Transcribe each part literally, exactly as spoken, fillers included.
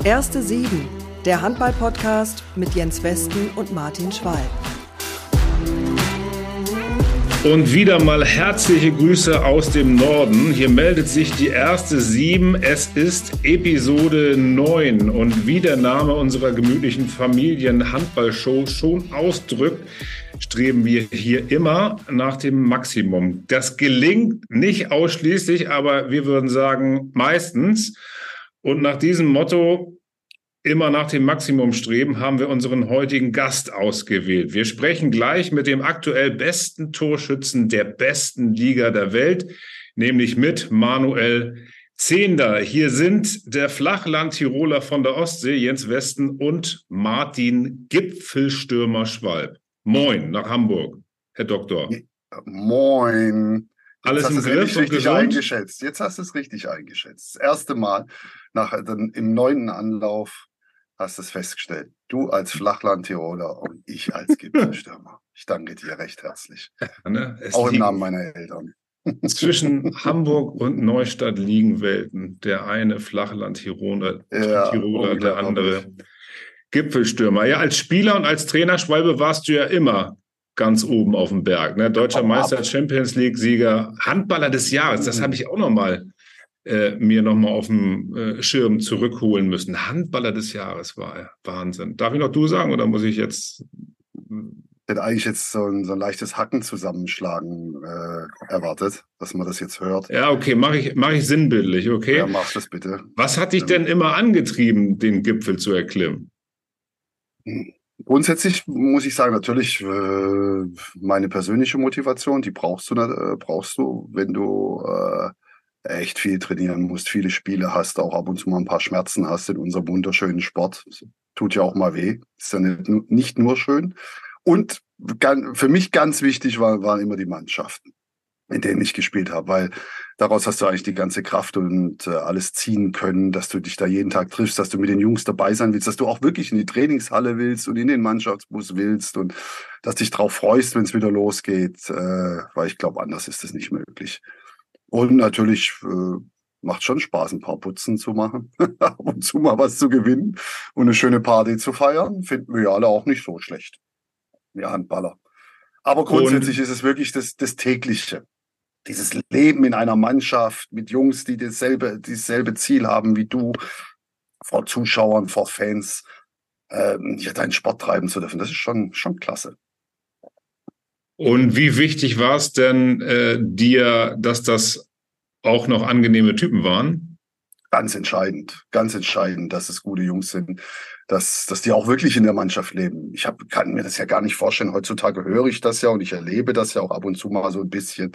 Erste Sieben, der Handball-Podcast mit Jens Westen und Martin Schwalb. Und wieder mal herzliche Grüße aus dem Norden. Hier meldet sich die erste Sieben. Es ist Episode neun. Und wie der Name unserer gemütlichen Familien-Handball-Show schon ausdrückt, streben wir hier immer nach dem Maximum. Das gelingt nicht ausschließlich, aber wir würden sagen meistens. Und nach diesem Motto, immer nach dem Maximum streben, haben wir unseren heutigen Gast ausgewählt. Wir sprechen gleich mit dem aktuell besten Torschützen der besten Liga der Welt, nämlich mit Manuel Zehnder. Hier sind der Flachland-Tiroler von der Ostsee, Jens Westen, und Martin Gipfelstürmer Schwalb. Moin nach Hamburg, Herr Doktor. Moin. Alles im Griff und richtig gesund? Eingeschätzt. Jetzt hast du es richtig eingeschätzt. Das erste Mal nach, im neunten Anlauf hast du es festgestellt. Du als Flachland-Tiroler und ich als Gipfelstürmer. Ich danke dir recht herzlich. Ja, ne? Auch im Namen meiner Eltern. Zwischen Hamburg und Neustadt liegen Welten. Der eine Flachland-Tiroler, Ja, Tiroler, der andere Gipfelstürmer. Ja, als Spieler und als Trainer, Schwalbe, warst du ja immer ganz oben auf dem Berg. Ne? Deutscher Meister, Champions League-Sieger, Handballer des Jahres. Das habe ich auch noch mal äh, mir noch mal auf dem äh, Schirm zurückholen müssen. Handballer des Jahres war er. Wahnsinn. Darf ich noch du sagen oder muss ich jetzt... Ich hätte eigentlich jetzt so ein, so ein leichtes Hacken zusammenschlagen äh, erwartet, dass man das jetzt hört. Ja, okay, mache ich, mach ich sinnbildlich, okay? Ja, mach das bitte. Was hat dich denn immer angetrieben, den Gipfel zu erklimmen? Grundsätzlich muss ich sagen, natürlich äh, meine persönliche Motivation, die brauchst du, äh, brauchst du, wenn du äh, echt viel trainieren musst, viele Spiele hast, auch ab und zu mal ein paar Schmerzen hast in unserem wunderschönen Sport. Tut ja auch mal weh, ist ja nicht, nicht nur schön. Und ganz, für mich ganz wichtig war, waren immer die Mannschaften, in denen ich gespielt habe, weil daraus hast du eigentlich die ganze Kraft und äh, alles ziehen können, dass du dich da jeden Tag triffst, dass du mit den Jungs dabei sein willst, dass du auch wirklich in die Trainingshalle willst und in den Mannschaftsbus willst und dass dich drauf freust, wenn es wieder losgeht, äh, weil ich glaube, anders ist es nicht möglich. Und natürlich äh, macht schon Spaß, ein paar Putzen zu machen, ab und zu mal was zu gewinnen und eine schöne Party zu feiern, finden wir ja alle auch nicht so schlecht, wir Handballer. Aber grundsätzlich und ist es wirklich das, das Tägliche. Dieses Leben in einer Mannschaft mit Jungs, die dasselbe, dasselbe Ziel haben wie du, vor Zuschauern, vor Fans, äh, hier deinen Sport treiben zu dürfen, das ist schon, schon klasse. Und wie wichtig war es denn äh, dir, dass das auch noch angenehme Typen waren? Ganz entscheidend, ganz entscheidend, dass es gute Jungs sind, dass, dass die auch wirklich in der Mannschaft leben. Ich hab, kann mir das ja gar nicht vorstellen. Heutzutage höre ich das ja und ich erlebe das ja auch ab und zu mal so ein bisschen,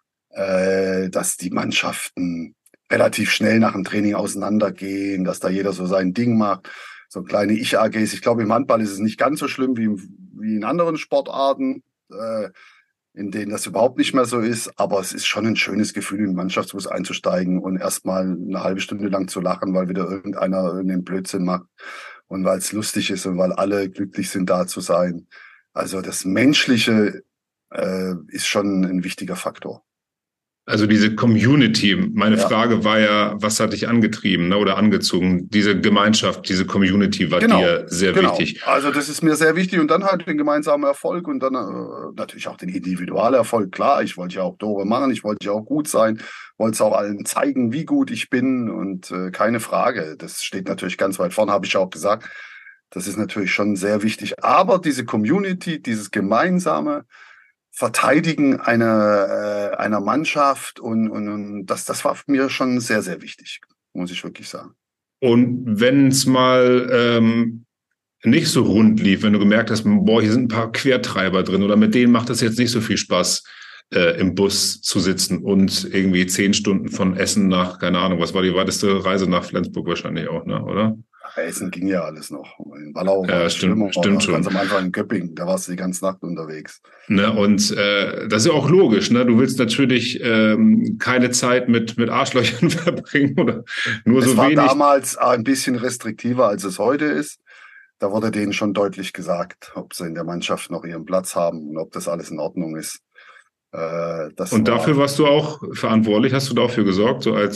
äh, dass die Mannschaften relativ schnell nach dem Training auseinandergehen, dass da jeder so sein Ding macht, so kleine Ich-A Gs. Ich glaube, im Handball ist es nicht ganz so schlimm wie, wie in anderen Sportarten, äh, in denen das überhaupt nicht mehr so ist. Aber es ist schon ein schönes Gefühl, in den Mannschaftsbus einzusteigen und erstmal eine halbe Stunde lang zu lachen, weil wieder irgendeiner irgendeinen Blödsinn macht und weil es lustig ist und weil alle glücklich sind, da zu sein. Also das Menschliche äh, ist schon ein wichtiger Faktor. Also diese Community, meine Ja. Frage war ja, was hat dich angetrieben, ne, oder angezogen? Diese Gemeinschaft, diese Community war Genau, dir sehr genau. wichtig. Also das ist mir sehr wichtig und dann halt den gemeinsamen Erfolg und dann äh, natürlich auch den Individualerfolg. Klar, ich wollte ja auch Tore machen, ich wollte ja auch gut sein, wollte es auch allen zeigen, wie gut ich bin und äh, keine Frage. Das steht natürlich ganz weit vorne, habe ich ja auch gesagt. Das ist natürlich schon sehr wichtig. Aber diese Community, dieses gemeinsame Verteidigen einer, äh, einer Mannschaft und, und, und das, das war mir schon sehr, sehr wichtig, muss ich wirklich sagen. Und wenn es mal ähm, nicht so rund lief, wenn du gemerkt hast, boah, hier sind ein paar Quertreiber drin oder mit denen macht es jetzt nicht so viel Spaß, äh, im Bus zu sitzen und irgendwie zehn Stunden von Essen nach, keine Ahnung, was war die weiteste Reise nach Flensburg wahrscheinlich auch, ne, oder? Essen ging ja alles noch. In Wallau ja, war stimmt, schlimmer, stimmt schon. Ganz am Anfang in Köpping, da warst du die ganze Nacht unterwegs. Ne, und äh, das ist ja auch logisch, ne? Du willst natürlich ähm, keine Zeit mit mit Arschlöchern verbringen oder nur es so war wenig. Damals ein bisschen restriktiver, als es heute ist. Da wurde denen schon deutlich gesagt, ob sie in der Mannschaft noch ihren Platz haben und ob das alles in Ordnung ist. Äh, das und war, dafür warst du auch verantwortlich? Hast du dafür gesorgt, so als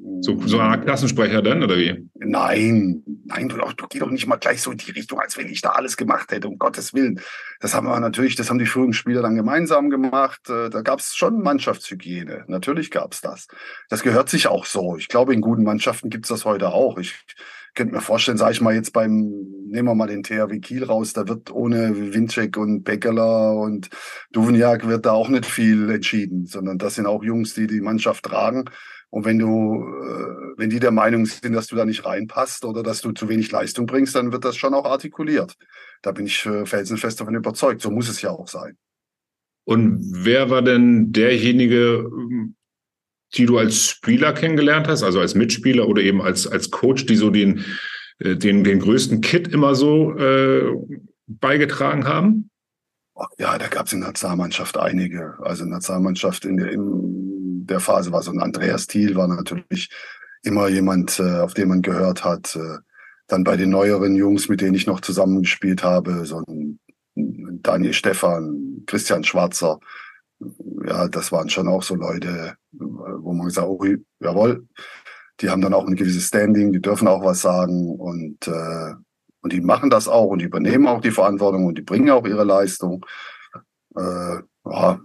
So, so eine Art Klassensprecher dann, oder wie? Nein, nein, du, du geh doch nicht mal gleich so in die Richtung, als wenn ich da alles gemacht hätte, um Gottes Willen. Das haben wir natürlich, das haben die Führungsspieler dann gemeinsam gemacht. Da gab es schon Mannschaftshygiene. Natürlich gab es das. Das gehört sich auch so. Ich glaube, in guten Mannschaften gibt es das heute auch. Ich könnte mir vorstellen, sage ich mal jetzt beim, nehmen wir mal den T H W Kiel raus, da wird ohne Winczek und Beckeler und Duvniak wird da auch nicht viel entschieden, sondern das sind auch Jungs, die die Mannschaft tragen. Und wenn du, wenn die der Meinung sind, dass du da nicht reinpasst oder dass du zu wenig Leistung bringst, dann wird das schon auch artikuliert. Da bin ich felsenfest davon überzeugt. So muss es ja auch sein. Und wer war denn derjenige, die du als Spieler kennengelernt hast, also als Mitspieler oder eben als, als Coach, die so den, den, den größten Kit immer so äh, beigetragen haben? Ja, da gab es in der Nationalmannschaft einige. Also in der Nationalmannschaft in der, in der Phase war so ein Andreas Thiel, war natürlich immer jemand, äh, auf den man gehört hat. Äh, dann bei den neueren Jungs, mit denen ich noch zusammengespielt habe, so ein Daniel Stephan, Christian Schwarzer. Ja, das waren schon auch so Leute, wo man gesagt hat, oh, jawohl, die haben dann auch ein gewisses Standing, die dürfen auch was sagen und äh, Und die machen das auch und die übernehmen auch die Verantwortung und die bringen auch ihre Leistung. Äh, ja.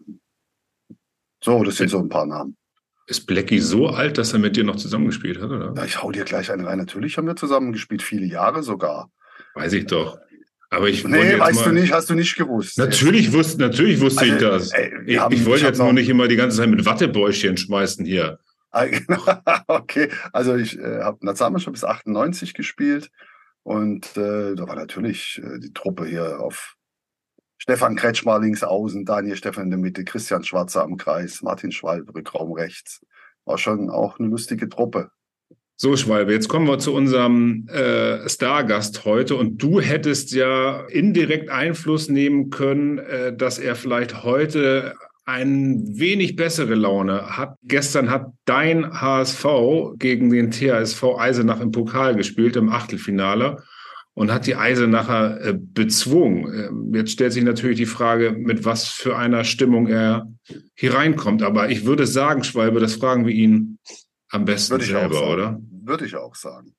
So, das sind so ein paar Namen. Ist Blackie so alt, dass er mit dir noch zusammengespielt hat, oder? Ja, ich hau dir gleich eine rein. Natürlich haben wir zusammengespielt, viele Jahre sogar. Weiß ich doch. Aber ich nee, weißt mal... du nicht, hast du nicht gewusst. Natürlich wusste, natürlich wusste also, ich das. Ey, ich, haben, ich wollte ich jetzt nur nicht immer die ganze Zeit mit Wattebäuschen schmeißen hier. Okay, also ich äh, habe Nationalmannschaft bis achtundneunzig gespielt. Und äh, da war natürlich äh, die Truppe hier auf Stefan Kretschmar links außen, Daniel Stephan in der Mitte, Christian Schwarzer am Kreis, Martin Schwalbe, Rückraum rechts. War schon auch eine lustige Truppe. So, Schwalbe, jetzt kommen wir zu unserem äh, Stargast heute. Und du hättest ja indirekt Einfluss nehmen können, äh, dass er vielleicht heute ein wenig bessere Laune hat. Gestern hat dein H S V gegen den T H S V Eisenach im Pokal gespielt, im Achtelfinale, und hat die Eisenacher äh, bezwungen. Ähm, jetzt stellt sich natürlich die Frage, mit was für einer Stimmung er hier reinkommt. Aber ich würde sagen, Schwalbe, das fragen wir ihn am besten würde ich selber, auch sagen. oder? Würde ich auch sagen.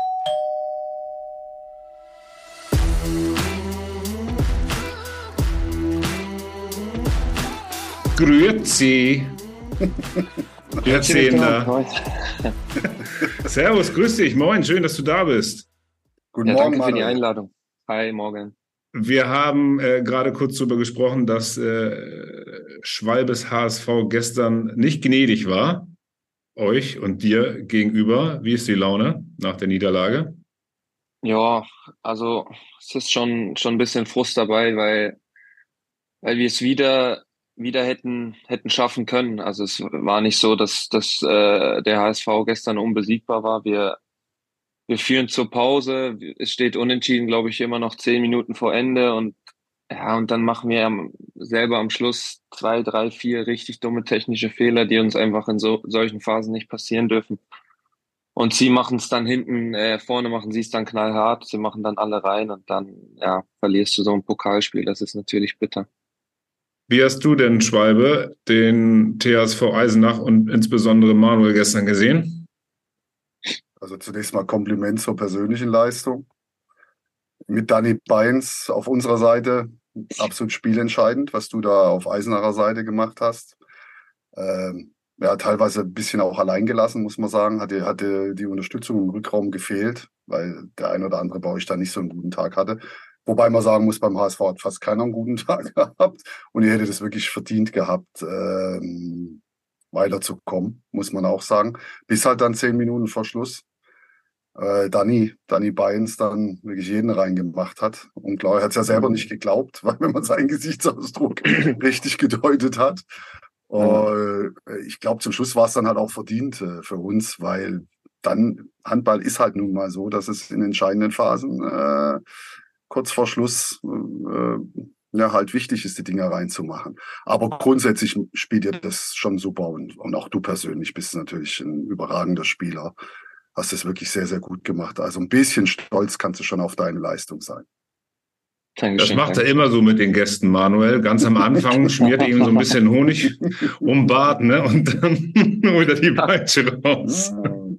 Grüezi. Grüezi. Servus, grüß dich. Moin, schön, dass du da bist. Guten ja, Morgen, danke Manuel. Für die Einladung. Hi, morgen. Wir haben äh, gerade kurz darüber gesprochen, dass äh, Schwalbes H S V gestern nicht gnädig war, euch und dir gegenüber. Wie ist die Laune nach der Niederlage? Ja, also es ist schon, schon ein bisschen Frust dabei, weil, weil wir es wieder... wieder hätten hätten schaffen können. Also es war nicht so, dass dass äh, der H S V gestern unbesiegbar war. Wir wir führen zur Pause. Es steht unentschieden, glaube ich, immer noch zehn Minuten vor Ende und ja und dann machen wir am, selber am Schluss zwei, drei, vier richtig dumme technische Fehler, die uns einfach in so solchen Phasen nicht passieren dürfen. Und sie machen es dann hinten, äh, vorne machen sie es dann knallhart. Sie machen dann alle rein und dann ja verlierst du so ein Pokalspiel. Das ist natürlich bitter. Wie hast du denn, Schwalbe, den T H S V Eisenach und insbesondere Manuel gestern gesehen? Also zunächst mal Kompliment zur persönlichen Leistung. Mit Danny Beins auf unserer Seite absolut spielentscheidend, was du da auf Eisenacher Seite gemacht hast. Ähm, ja, teilweise ein bisschen auch allein gelassen, muss man sagen. Hatte, hatte die Unterstützung im Rückraum gefehlt, weil der ein oder andere bei euch da nicht so einen guten Tag hatte. Wobei man sagen muss, beim H S V hat fast keiner einen guten Tag gehabt. Und ihr hättet es wirklich verdient gehabt, ähm, weiterzukommen, muss man auch sagen. Bis halt dann zehn Minuten vor Schluss äh, Danny, Danny Beins dann wirklich jeden reingemacht hat. Und glaube, er hat es ja selber nicht geglaubt, weil wenn man seinen Gesichtsausdruck richtig gedeutet hat. Und äh, ich glaube, zum Schluss war es dann halt auch verdient äh, für uns, weil dann Handball ist halt nun mal so, dass es in entscheidenden Phasen äh, kurz vor Schluss äh, ja halt wichtig ist, die Dinger reinzumachen. Aber grundsätzlich spielt ihr das schon super und, und auch du persönlich bist natürlich ein überragender Spieler. Hast es wirklich sehr, sehr gut gemacht. Also ein bisschen stolz kannst du schon auf deine Leistung sein. Das macht er immer so mit den Gästen, Manuel. Ganz am Anfang schmiert er ihm so ein bisschen Honig um den Bart, ne? Und dann holt er die Peitsche raus.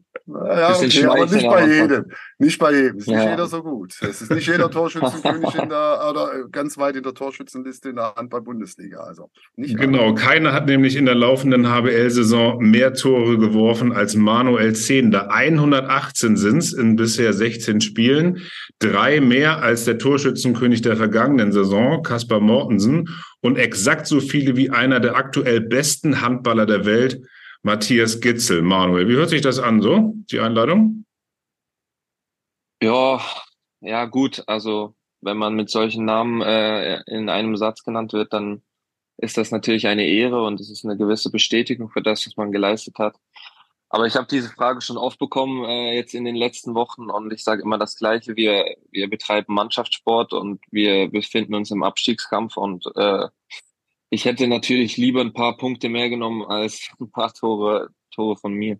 ja, okay, aber nicht bei jedem. Nicht bei jedem. Es ist Ja. nicht jeder so gut. Es ist nicht jeder Torschützenkönig in der, oder ganz weit in der Torschützenliste in der Handball-Bundesliga. Also nicht Genau, alle. keiner hat nämlich in der laufenden H B L-Saison mehr Tore geworfen als Manuel Zehnder. hundertachtzehn sind es in bisher sechzehn Spielen. Drei mehr als der Torschützenkönig der vergangenen Saison, Kaspar Mortensen. Und exakt so viele wie einer der aktuell besten Handballer der Welt, Matthias Gitzel. Manuel, wie hört sich das an, so, die Einladung? Ja, ja, gut. Also, wenn man mit solchen Namen äh, in einem Satz genannt wird, dann ist das natürlich eine Ehre und es ist eine gewisse Bestätigung für das, was man geleistet hat. Aber ich habe diese Frage schon oft bekommen äh, jetzt in den letzten Wochen und ich sage immer das Gleiche. Wir, wir betreiben Mannschaftssport und wir befinden uns im Abstiegskampf und äh, ich hätte natürlich lieber ein paar Punkte mehr genommen als ein paar Tore, Tore von mir.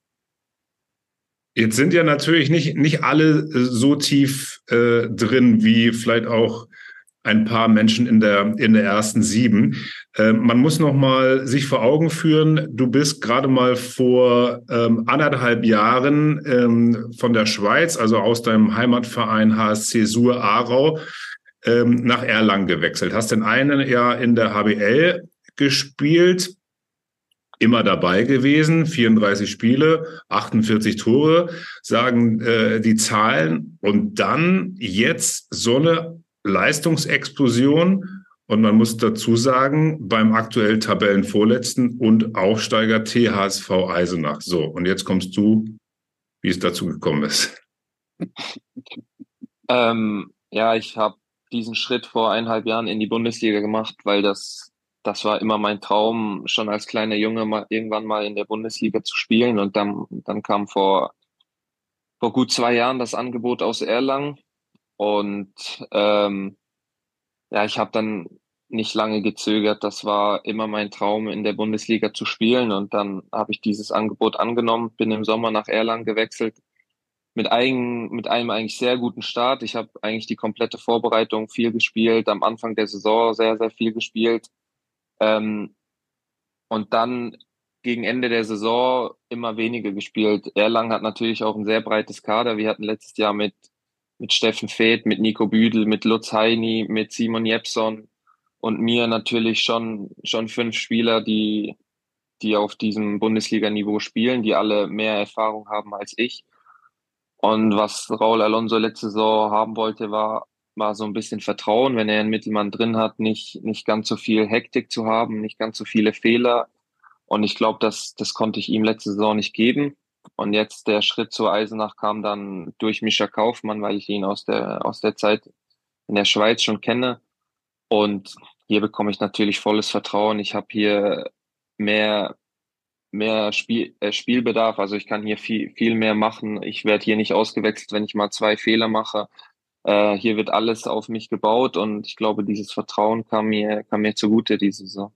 Jetzt sind ja natürlich nicht, nicht alle so tief äh, drin wie vielleicht auch ein paar Menschen in der, in der ersten sieben. Äh, man muss noch mal sich vor Augen führen, du bist gerade mal vor ähm, anderthalb Jahren ähm, von der Schweiz, also aus deinem Heimatverein H S C Suhr Aarau, ähm, nach Erlangen gewechselt. Hast in einem Jahr in der H B L gespielt, immer dabei gewesen, vierunddreißig Spiele, achtundvierzig Tore, sagen äh, die Zahlen. Und dann jetzt so eine Leistungsexplosion. Und man muss dazu sagen, beim aktuell Tabellenvorletzten und Aufsteiger T H S V Eisenach. So, und jetzt kommst du, wie es dazu gekommen ist. Ähm, ja, ich habe diesen Schritt vor eineinhalb Jahren in die Bundesliga gemacht, weil das, das war immer mein Traum, schon als kleiner Junge mal irgendwann mal in der Bundesliga zu spielen. Und dann, dann kam vor, vor gut zwei Jahren das Angebot aus Erlangen. Und ähm, ja, ich habe dann nicht lange gezögert. Das war immer mein Traum, in der Bundesliga zu spielen. Und dann habe ich dieses Angebot angenommen, bin im Sommer nach Erlangen gewechselt. Mit, eigen, mit einem eigentlich sehr guten Start. Ich habe eigentlich die komplette Vorbereitung viel gespielt, am Anfang der Saison sehr, sehr viel gespielt. Ähm, und dann gegen Ende der Saison immer weniger gespielt. Erlangen hat natürlich auch ein sehr breites Kader. Wir hatten letztes Jahr mit mit Steffen Feeth, mit Nico Büdel, mit Lutz Heini, mit Simon Jeppson und mir natürlich schon schon fünf Spieler, die die auf diesem Bundesliga-Niveau spielen, die alle mehr Erfahrung haben als ich. Und was Raul Alonso letzte Saison haben wollte, war war so ein bisschen Vertrauen, wenn er einen Mittelmann drin hat, nicht nicht ganz so viel Hektik zu haben, nicht ganz so viele Fehler. Und ich glaube, das das konnte ich ihm letzte Saison nicht geben. Und jetzt der Schritt zu Eisenach kam dann durch Mischa Kaufmann, weil ich ihn aus der aus der Zeit in der Schweiz schon kenne. Und hier bekomme ich natürlich volles Vertrauen. Ich habe hier mehr mehr Spiel, äh, Spielbedarf, also ich kann hier viel viel mehr machen. Ich werde hier nicht ausgewechselt, wenn ich mal zwei Fehler mache. Äh, hier wird alles auf mich gebaut und ich glaube, dieses Vertrauen kam mir kam mir zugute diese Saison.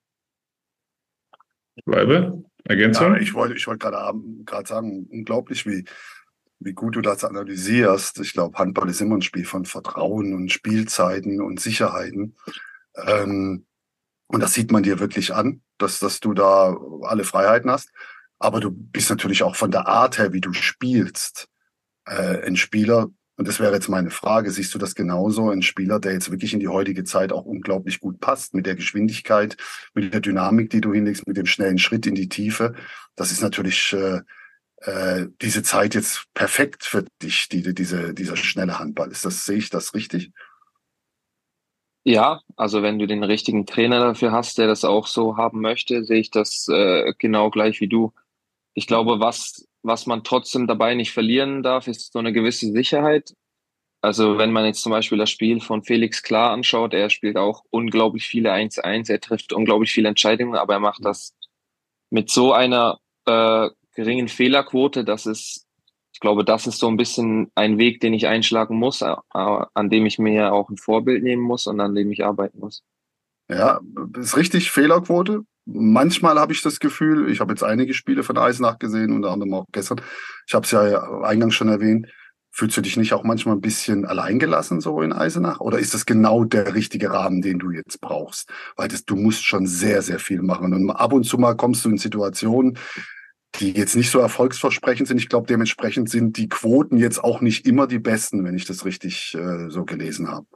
Bleibe? Ergänzung? Ja, ich wollte ich wollte gerade gerade sagen, unglaublich, wie, wie gut du das analysierst. Ich glaube, Handball ist immer ein Spiel von Vertrauen und Spielzeiten und Sicherheiten. Ähm, und das sieht man dir wirklich an, dass, dass du da alle Freiheiten hast. Aber du bist natürlich auch von der Art her, wie du spielst, äh, ein Spieler. Und das wäre jetzt meine Frage. Siehst du das genauso? Ein Spieler, der jetzt wirklich in die heutige Zeit auch unglaublich gut passt, mit der Geschwindigkeit, mit der Dynamik, die du hinlegst, mit dem schnellen Schritt in die Tiefe. Das ist natürlich äh, äh, diese Zeit jetzt perfekt für dich, die, diese, dieser schnelle Handball. Ist das, sehe ich das richtig? Ja, also wenn du den richtigen Trainer dafür hast, der das auch so haben möchte, sehe ich das äh, genau gleich wie du. Ich glaube, was was man trotzdem dabei nicht verlieren darf, ist so eine gewisse Sicherheit. Also wenn man jetzt zum Beispiel das Spiel von Felix Klar anschaut, er spielt auch unglaublich viele eins eins, er trifft unglaublich viele Entscheidungen, aber er macht das mit so einer äh, geringen Fehlerquote, dass es, ich glaube, das ist so ein bisschen ein Weg, den ich einschlagen muss, äh, an dem ich mir auch ein Vorbild nehmen muss und an dem ich arbeiten muss. Ja, ist richtig, Fehlerquote. Manchmal habe ich das Gefühl, ich habe jetzt einige Spiele von Eisenach gesehen, unter anderem auch gestern. Ich habe es ja eingangs schon erwähnt. Fühlst du dich nicht auch manchmal ein bisschen alleingelassen so in Eisenach? Oder ist das genau der richtige Rahmen, den du jetzt brauchst? Weil das, du musst schon sehr, sehr viel machen. Und ab und zu mal kommst du in Situationen, die jetzt nicht so erfolgsversprechend sind. Ich glaube, dementsprechend sind die Quoten jetzt auch nicht immer die besten, wenn ich das richtig äh, so gelesen habe.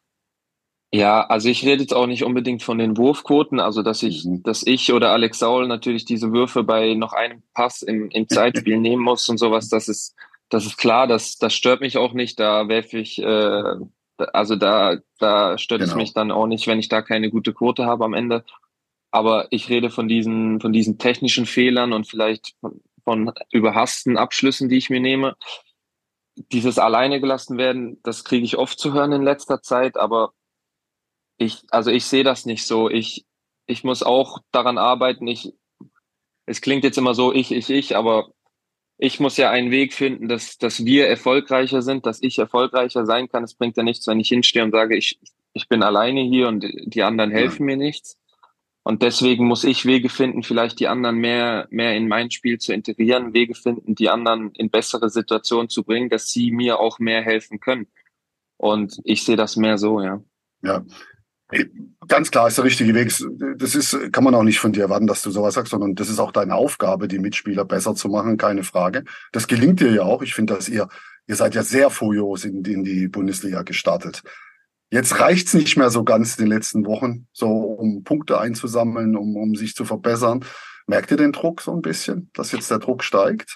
Ja, also ich rede jetzt auch nicht unbedingt von den Wurfquoten, also dass ich, Mhm. dass ich oder Alex Saul natürlich diese Würfe bei noch einem Pass im, im Zeitspiel nehmen muss und sowas, das ist, das ist klar, das, das stört mich auch nicht, da werfe ich, äh, also da, da stört es mich Genau. dann auch nicht, wenn ich da keine gute Quote habe am Ende. Aber ich rede von diesen, von diesen technischen Fehlern und vielleicht von, von überhassten Abschlüssen, die ich mir nehme. Dieses alleine gelassen werden, das kriege ich oft zu hören in letzter Zeit, aber ich, also ich sehe das nicht so. Ich, ich muss auch daran arbeiten. Ich, es klingt jetzt immer so, ich, ich, ich, aber ich muss ja einen Weg finden, dass, dass wir erfolgreicher sind, dass ich erfolgreicher sein kann. Es bringt ja nichts, wenn ich hinstehe und sage, ich, ich bin alleine hier und die anderen Ja. helfen mir nichts. Und deswegen muss ich Wege finden, vielleicht die anderen mehr, mehr in mein Spiel zu integrieren, Wege finden, die anderen in bessere Situationen zu bringen, dass sie mir auch mehr helfen können. Und ich sehe das mehr so, ja. Ja. Ganz klar ist der richtige Weg. Das ist, kann man auch nicht von dir erwarten, dass du sowas sagst, sondern das ist auch deine Aufgabe, die Mitspieler besser zu machen, keine Frage. Das gelingt dir ja auch. Ich finde, dass ihr, ihr seid ja sehr furios in, in die Bundesliga gestartet. Jetzt reicht's nicht mehr so ganz in den letzten Wochen, so um Punkte einzusammeln, um, um sich zu verbessern. Merkt ihr den Druck so ein bisschen, dass jetzt der Druck steigt?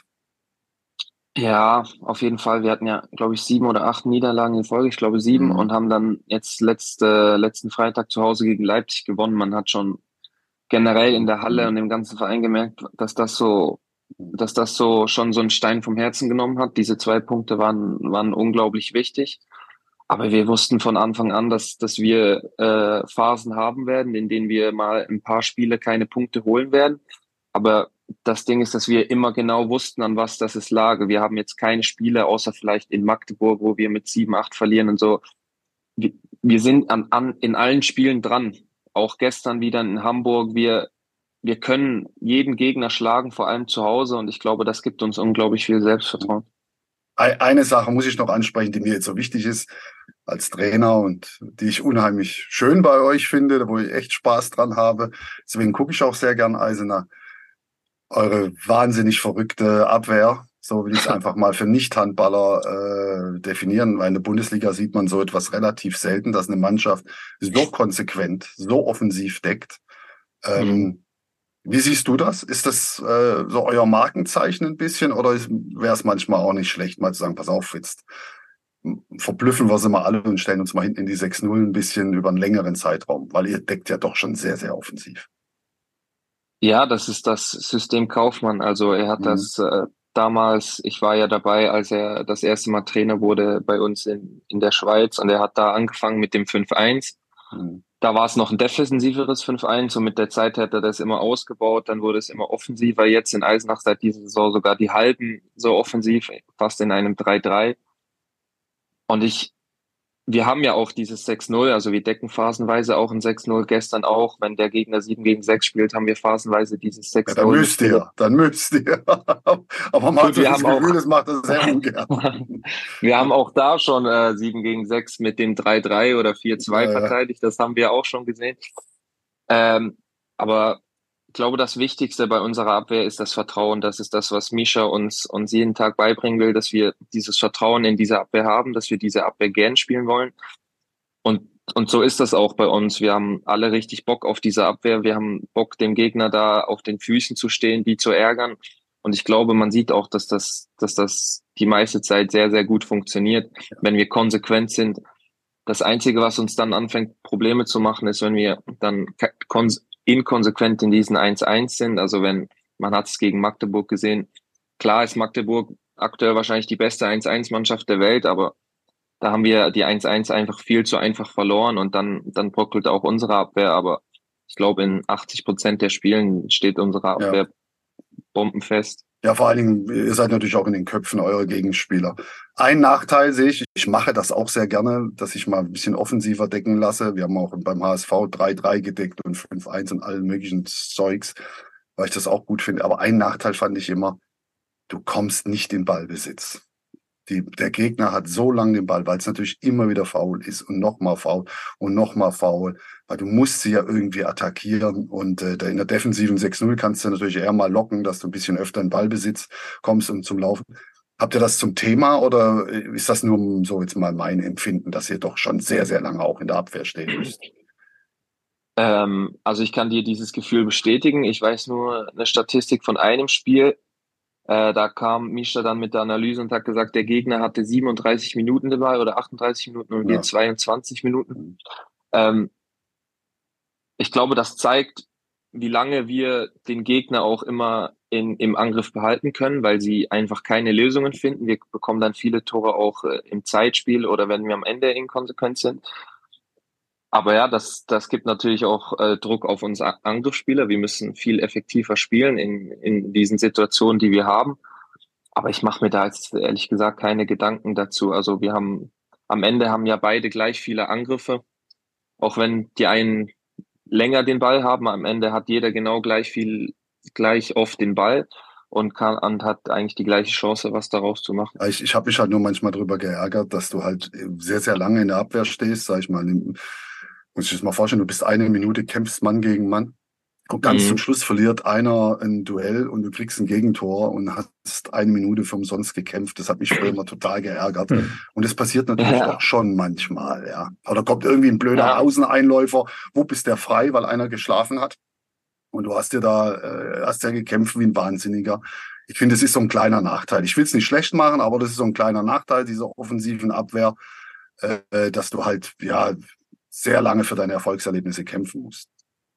Ja, auf jeden Fall. Wir hatten ja, glaube ich, sieben oder acht Niederlagen in Folge. Ich glaube sieben Mhm. und haben dann jetzt letzte, letzten Freitag zu Hause gegen Leipzig gewonnen. Man hat schon generell in der Halle und im ganzen Verein gemerkt, dass das so, dass das so schon so einen Stein vom Herzen genommen hat. Diese zwei Punkte waren, waren unglaublich wichtig. Aber wir wussten von Anfang an, dass, dass wir äh, Phasen haben werden, in denen wir mal ein paar Spiele keine Punkte holen werden. Aber das Ding ist, dass wir immer genau wussten, an was das es lag. Wir haben jetzt keine Spiele, außer vielleicht in Magdeburg, wo wir mit sieben, acht verlieren und so. Wir, wir sind an, an, in allen Spielen dran. Auch gestern wieder in Hamburg. Wir, wir können jeden Gegner schlagen, vor allem zu Hause. Und ich glaube, das gibt uns unglaublich viel Selbstvertrauen. Eine Sache muss ich noch ansprechen, die mir jetzt so wichtig ist als Trainer und die ich unheimlich schön bei euch finde, wo ich echt Spaß dran habe. Deswegen gucke ich auch sehr gern Eisener. Eure wahnsinnig verrückte Abwehr, so will ich es einfach mal für Nicht-Handballer äh, definieren, weil in der Bundesliga sieht man so etwas relativ selten, dass eine Mannschaft so konsequent, so offensiv deckt. Ähm, Mhm. Wie siehst du das? Ist das äh, so euer Markenzeichen ein bisschen oder wäre es manchmal auch nicht schlecht, mal zu sagen, pass auf, jetzt verblüffen wir sie mal alle und stellen uns mal hinten in die sechs null ein bisschen über einen längeren Zeitraum, weil ihr deckt ja doch schon sehr, sehr offensiv. Ja, das ist das System Kaufmann. Also er hat Mhm. das äh, damals, ich war ja dabei, als er das erste Mal Trainer wurde bei uns in, in der Schweiz und er hat da angefangen mit dem fünf eins. Mhm. Da war es noch ein defensiveres fünf eins und mit der Zeit hat er das immer ausgebaut, dann wurde es immer offensiver. Jetzt in Eisenach seit dieser Saison sogar die halben so offensiv, fast in einem drei drei. Und ich, wir haben ja auch dieses sechs null, also wir decken phasenweise auch ein sechs null. Gestern auch, wenn der Gegner sieben gegen sechs spielt, haben wir phasenweise dieses Ja, sechs dann null mit müsst Philipp. ihr, dann müsst ihr. Aber man hat Gut, so wir das haben Gefühl, auch, das macht er sehr ungern. wir haben auch da schon äh, sieben gegen sechs mit dem drei drei oder vier zwei Ja, ja. verteidigt. Das haben wir auch schon gesehen. Ähm, aber ich glaube, das Wichtigste bei unserer Abwehr ist das Vertrauen. Das ist das, was Mischa uns, uns jeden Tag beibringen will, dass wir dieses Vertrauen in diese Abwehr haben, dass wir diese Abwehr gern spielen wollen. Und, und so ist das auch bei uns. Wir haben alle richtig Bock auf diese Abwehr. Wir haben Bock, dem Gegner da auf den Füßen zu stehen, die zu ärgern. Und ich glaube, man sieht auch, dass das, dass das die meiste Zeit sehr, sehr gut funktioniert, wenn wir konsequent sind. Das Einzige, was uns dann anfängt, Probleme zu machen, ist, wenn wir dann inkonsequent in diesen eins eins sind. Also wenn, man hat es gegen Magdeburg gesehen. Klar ist Magdeburg aktuell wahrscheinlich die beste eins eins Mannschaft der Welt, aber da haben wir die eins eins einfach viel zu einfach verloren und dann, dann bröckelt auch unsere Abwehr. Aber ich glaube, in achtzig Prozent der Spielen steht unsere Ja. Abwehr bombenfest. Ja, vor allen Dingen, ihr seid natürlich auch in den Köpfen eurer Gegenspieler. Ein Nachteil sehe ich, ich mache das auch sehr gerne, dass ich mal ein bisschen offensiver decken lasse. Wir haben auch beim H S V drei drei gedeckt und fünf eins und allen möglichen Zeugs, weil ich das auch gut finde. Aber ein Nachteil fand ich immer, du kommst nicht in Ballbesitz. Die, der Gegner hat so lange den Ball, weil es natürlich immer wieder faul ist und nochmal faul und nochmal faul, weil du musst sie ja irgendwie attackieren und äh, in der defensiven sechs null kannst du natürlich eher mal locken, dass du ein bisschen öfter in Ballbesitz kommst und zum Laufen. Habt ihr das zum Thema oder ist das nur so jetzt mal mein Empfinden, dass ihr doch schon sehr, sehr lange auch in der Abwehr stehen müsst? Ähm, also ich kann dir dieses Gefühl bestätigen. Ich weiß nur eine Statistik von einem Spiel. Äh, da kam Mischa dann mit der Analyse und hat gesagt, der Gegner hatte siebenunddreißig Minuten dabei oder achtunddreißig Minuten und wir Ja. zweiundzwanzig Minuten. Ähm, ich glaube, das zeigt, wie lange wir den Gegner auch immer in, im Angriff behalten können, weil sie einfach keine Lösungen finden. Wir bekommen dann viele Tore auch äh, im Zeitspiel oder wenn wir am Ende inkonsequent sind. Aber ja, das, das gibt natürlich auch äh, Druck auf uns Angriffsspieler. Wir müssen viel effektiver spielen in, in diesen Situationen, die wir haben. Aber ich mache mir da jetzt ehrlich gesagt keine Gedanken dazu. Also wir haben, am Ende haben ja beide gleich viele Angriffe. Auch wenn die einen länger den Ball haben, am Ende hat jeder genau gleich viel, gleich oft den Ball und kann, und hat eigentlich die gleiche Chance, was daraus zu machen. Ich, ich habe mich halt nur manchmal drüber geärgert, dass du halt sehr, sehr lange in der Abwehr stehst, sag ich mal. Muss ich das mal vorstellen, du bist eine Minute, kämpfst Mann gegen Mann und ganz Mhm. zum Schluss verliert einer ein Duell und du kriegst ein Gegentor und hast eine Minute für umsonst gekämpft. Das hat mich früher immer total geärgert. Und das passiert natürlich Ja. doch schon manchmal, ja. Oder kommt irgendwie ein blöder Ja. Außeneinläufer, wo bist der frei, weil einer geschlafen hat? Und du hast dir da, äh, hast ja gekämpft wie ein Wahnsinniger. Ich finde, es ist so ein kleiner Nachteil. Ich will es nicht schlecht machen, aber das ist so ein kleiner Nachteil dieser offensiven Abwehr, äh, dass du halt, ja, sehr lange für deine Erfolgserlebnisse kämpfen musst.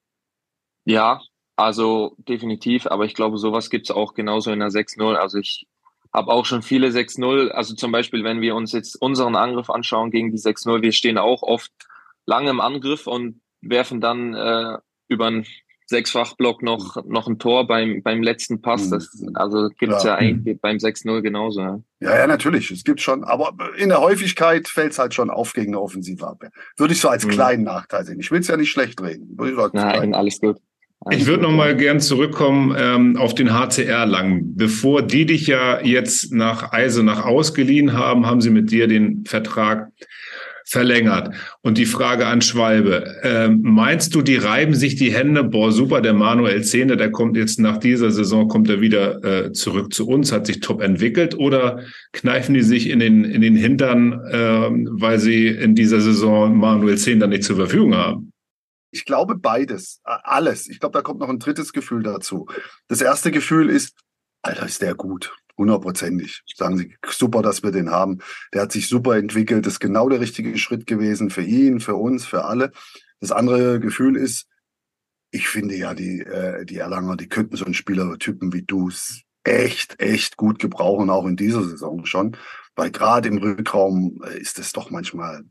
Ja, also definitiv, aber ich glaube, sowas gibt's auch genauso in der sechs null. Also ich habe auch schon viele sechs null, also zum Beispiel, wenn wir uns jetzt unseren Angriff anschauen gegen die sechs null, wir stehen auch oft lange im Angriff und werfen dann äh, über einen Sechsfachblock noch noch ein Tor beim beim letzten Pass. Das also gibt's Klar. ja eigentlich beim sechs null genauso. Ja. Ja, ja, natürlich. Es gibt schon, aber in der Häufigkeit fällt es halt schon auf gegen eine offensive Abwehr. Würde ich so als Mhm. kleinen Nachteil sehen. Ich will es ja nicht schlecht reden. Würde ich so als Nein, kleinen- alles gut. Alles Ich würde gut, noch mal ja. gern zurückkommen ähm, auf den H C Erlangen. Bevor die dich ja jetzt nach Eisenach ausgeliehen haben, haben sie mit dir den Vertrag verlängert. Und die Frage an Schwalbe, ähm, meinst du, die reiben sich die Hände? Boah, super, der Manuel Zehner, der kommt jetzt nach dieser Saison, kommt er wieder äh, zurück zu uns, hat sich top entwickelt, oder kneifen die sich in den, in den Hintern, ähm, weil sie in dieser Saison Manuel Zehner nicht zur Verfügung haben? Ich glaube beides, alles. Ich glaube, da kommt noch ein drittes Gefühl dazu. Das erste Gefühl ist, Alter, ist der gut, hundertprozentig. Sagen Sie, super, dass wir den haben. Der hat sich super entwickelt, das ist genau der richtige Schritt gewesen für ihn, für uns, für alle. Das andere Gefühl ist, ich finde ja, die, äh, die Erlanger, die könnten so einen Spielertypen wie du echt, echt gut gebrauchen, auch in dieser Saison schon. Weil gerade im Rückraum äh, ist es doch manchmal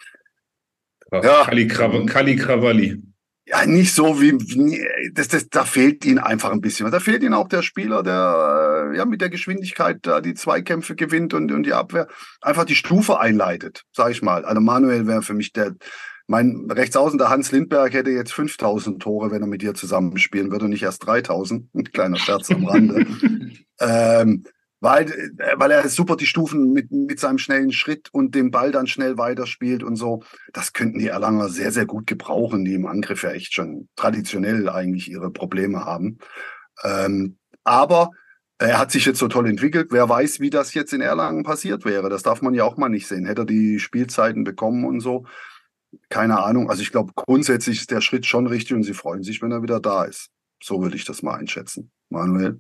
Ja. Kali, Krav- Kali Krawalli. Ja, nicht so wie, das, das, da fehlt ihnen einfach ein bisschen. Da fehlt ihnen auch der Spieler, der ja mit der Geschwindigkeit da die Zweikämpfe gewinnt und, und die Abwehr einfach die Stufe einleitet, sag ich mal. Also Manuel wäre für mich der, mein Rechtsaußen, der Hans Lindberg hätte jetzt fünftausend Tore, wenn er mit dir zusammenspielen würde und nicht erst dreitausend. Ein kleiner Scherz am Rande. ähm, Weil, weil er super die Stufen mit, mit seinem schnellen Schritt und dem Ball dann schnell weiterspielt und so. Das könnten die Erlanger sehr, sehr gut gebrauchen, die im Angriff ja echt schon traditionell eigentlich ihre Probleme haben. Ähm, aber er hat sich jetzt so toll entwickelt. Wer weiß, wie das jetzt in Erlangen passiert wäre. Das darf man ja auch mal nicht sehen. Hätte er die Spielzeiten bekommen und so. Keine Ahnung. Also ich glaube, grundsätzlich ist der Schritt schon richtig und sie freuen sich, wenn er wieder da ist. So würde ich das mal einschätzen. Manuel?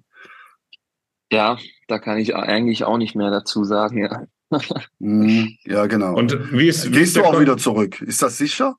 Ja, da kann ich eigentlich auch nicht mehr dazu sagen, ja. Mm, ja, genau. Und wie ist, wie Gehst ist du der auch Kon- wieder zurück? Ist das sicher?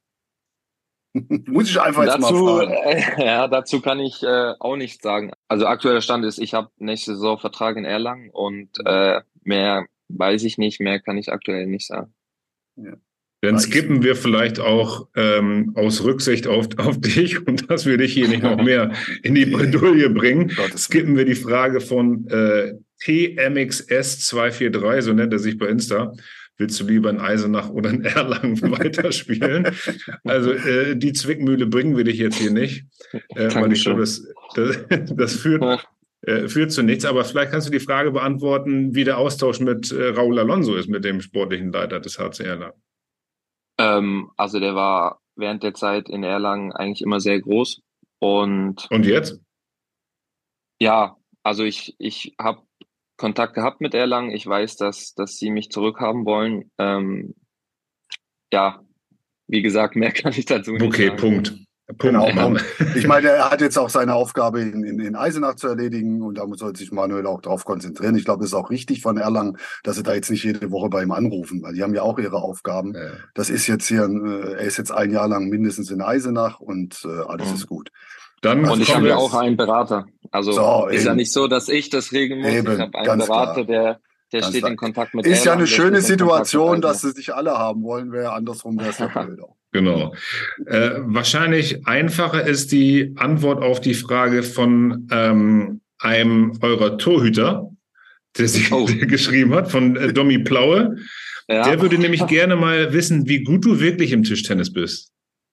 Muss ich einfach jetzt Dazu, mal fragen. äh, ja, dazu kann ich äh, auch nichts sagen. Also aktueller Stand ist, ich habe nächste Saison Vertrag in Erlangen und äh, mehr weiß ich nicht, mehr kann ich aktuell nicht sagen. Ja. Dann Weiß skippen nicht. wir vielleicht auch ähm, aus Rücksicht auf, auf dich und dass wir dich hier nicht noch mehr in die Bredouille bringen, Gottes skippen wir die Frage von äh, T M X S zwei vier drei, so nennt er sich bei Insta. Willst du lieber in Eisenach oder in Erlangen weiterspielen? Also äh, die Zwickmühle bringen wir dich jetzt hier nicht, äh, weil ich Dankeschön. glaube, das, das, das führt äh, führt zu nichts. Aber vielleicht kannst du die Frage beantworten, wie der Austausch mit äh, Raúl Alonso ist, mit dem sportlichen Leiter des H C Erlangen. Ähm, also der war während der Zeit in Erlangen eigentlich immer sehr groß. Und, Und jetzt? Ja, also ich, ich habe Kontakt gehabt mit Erlangen. Ich weiß, dass, dass sie mich zurückhaben wollen. Ähm, ja, wie gesagt, mehr kann ich dazu nicht okay, sagen. Punkt. Genau, Punkt. Punkt. Ich meine, er hat jetzt auch seine Aufgabe in, in, in Eisenach zu erledigen und da soll sich Manuel auch darauf konzentrieren. Ich glaube, es ist auch richtig von Erlangen, dass sie da jetzt nicht jede Woche bei ihm anrufen, weil die haben ja auch ihre Aufgaben. Ja. Das ist jetzt hier, er ist jetzt ein Jahr lang mindestens in Eisenach und äh, alles mhm. ist gut. Dann und ich habe ja auch einen Berater. Also so, ist eben. ja nicht so, dass ich das regeln muss. Eben, ich habe einen Berater, klar. der Der Ganz steht klar. in Kontakt mit Ist Erlangen, ja eine schöne Situation, dass sie sich alle haben wollen, wäre andersrum wäre es ja blöd. Genau. Äh, wahrscheinlich einfacher ist die Antwort auf die Frage von ähm, einem eurer Torhüter, der sie oh. der geschrieben hat, von äh, Domi Plaue. Ja. Der würde nämlich gerne mal wissen, wie gut du wirklich im Tischtennis bist.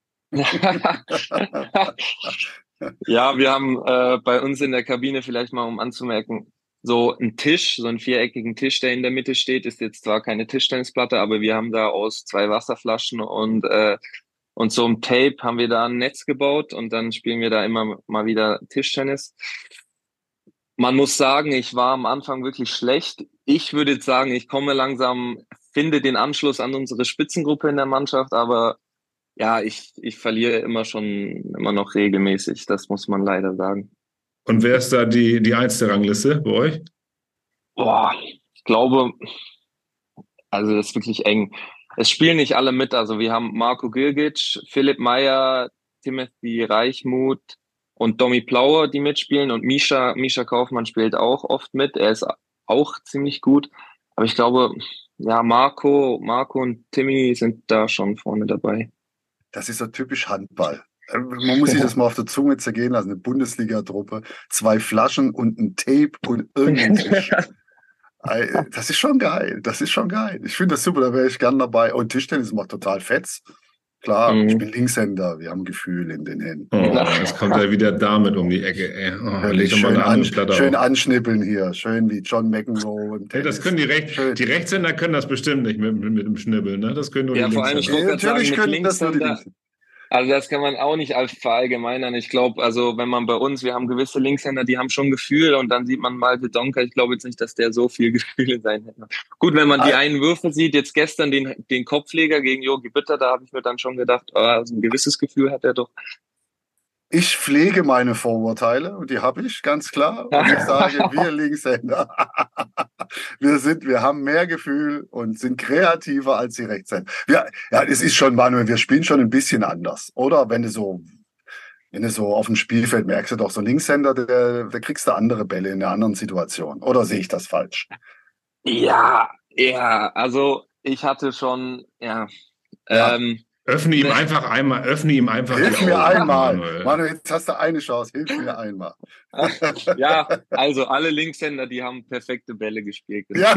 Ja, wir haben äh, bei uns in der Kabine, vielleicht mal um anzumerken, so ein Tisch, so einen viereckigen Tisch, der in der Mitte steht, ist jetzt zwar keine Tischtennisplatte, aber wir haben da aus zwei Wasserflaschen und äh, und so einem Tape haben wir da ein Netz gebaut und dann spielen wir da immer mal wieder Tischtennis. Man muss sagen, ich war am Anfang wirklich schlecht. Ich würde jetzt sagen, ich komme langsam, finde den Anschluss an unsere Spitzengruppe in der Mannschaft, aber ja, ich ich verliere immer schon, immer noch regelmäßig. Das muss man leider sagen. Und wer ist da die, die einste Rangliste bei euch? Boah, ich glaube, also das ist wirklich eng. Es spielen nicht alle mit. Also wir haben Marco Girgic, Philipp Meyer, Timothy Reichmuth und Domi Plaue, die mitspielen. Und Misha, Misha Kaufmann spielt auch oft mit. Er ist auch ziemlich gut. Aber ich glaube, ja, Marco, Marco und Timmy sind da schon vorne dabei. Das ist so typisch Handball. Man muss sich das mal auf der Zunge zergehen lassen. Eine Bundesliga-Truppe, zwei Flaschen und ein Tape und irgendein Tisch. Das ist schon geil. Das ist schon geil. Ich finde das super, da wäre ich gern dabei. Und Tischtennis macht total fetz. Klar, mhm. ich bin Linkshänder, wir haben Gefühl in den Händen. Oh, jetzt kommt er wieder damit um die Ecke. Ey. Oh, leg schön, mal eine an, schön anschnippeln hier, schön wie John McEnroe. Hey, das können die, Recht, die Rechtshänder können das bestimmt nicht mit, mit, mit dem Schnibbeln. Ne? Das können nur ja, die vor allem, ich ja, natürlich sagen, können das nur die Linkshänder. Also das kann man auch nicht verallgemeinern. Ich glaube, also wenn man bei uns, wir haben gewisse Linkshänder, die haben schon Gefühl und dann sieht man Malte Donker. Ich glaube jetzt nicht, dass der so viel Gefühl in seinen Händen hat. Gut, wenn man die einen Würfe sieht, jetzt gestern den, den Kopfleger gegen Jogi Bitter, da habe ich mir dann schon gedacht, oh, also ein gewisses Gefühl hat er doch. Ich pflege meine Vorurteile und die habe ich ganz klar. Und ich sage, wir Linkshänder, wir sind, wir haben mehr Gefühl und sind kreativer als die Rechtshänder. Wir, ja, es ist schon, Manuel, wir spielen schon ein bisschen anders, oder? Wenn du so, wenn du so auf dem Spielfeld merkst, du doch so ein Linkshänder, der, der kriegst du andere Bälle in einer anderen Situation. Oder sehe ich das falsch? Ja, ja, also ich hatte schon, ja, ja. ähm, Öffne ihm einfach einmal, öffne ihm einfach. Hilf mir einmal. Manuel. Manuel, jetzt hast du eine Chance. Hilf mir einmal. Ja, also alle Linkshänder, die haben perfekte Bälle gespielt. Ja.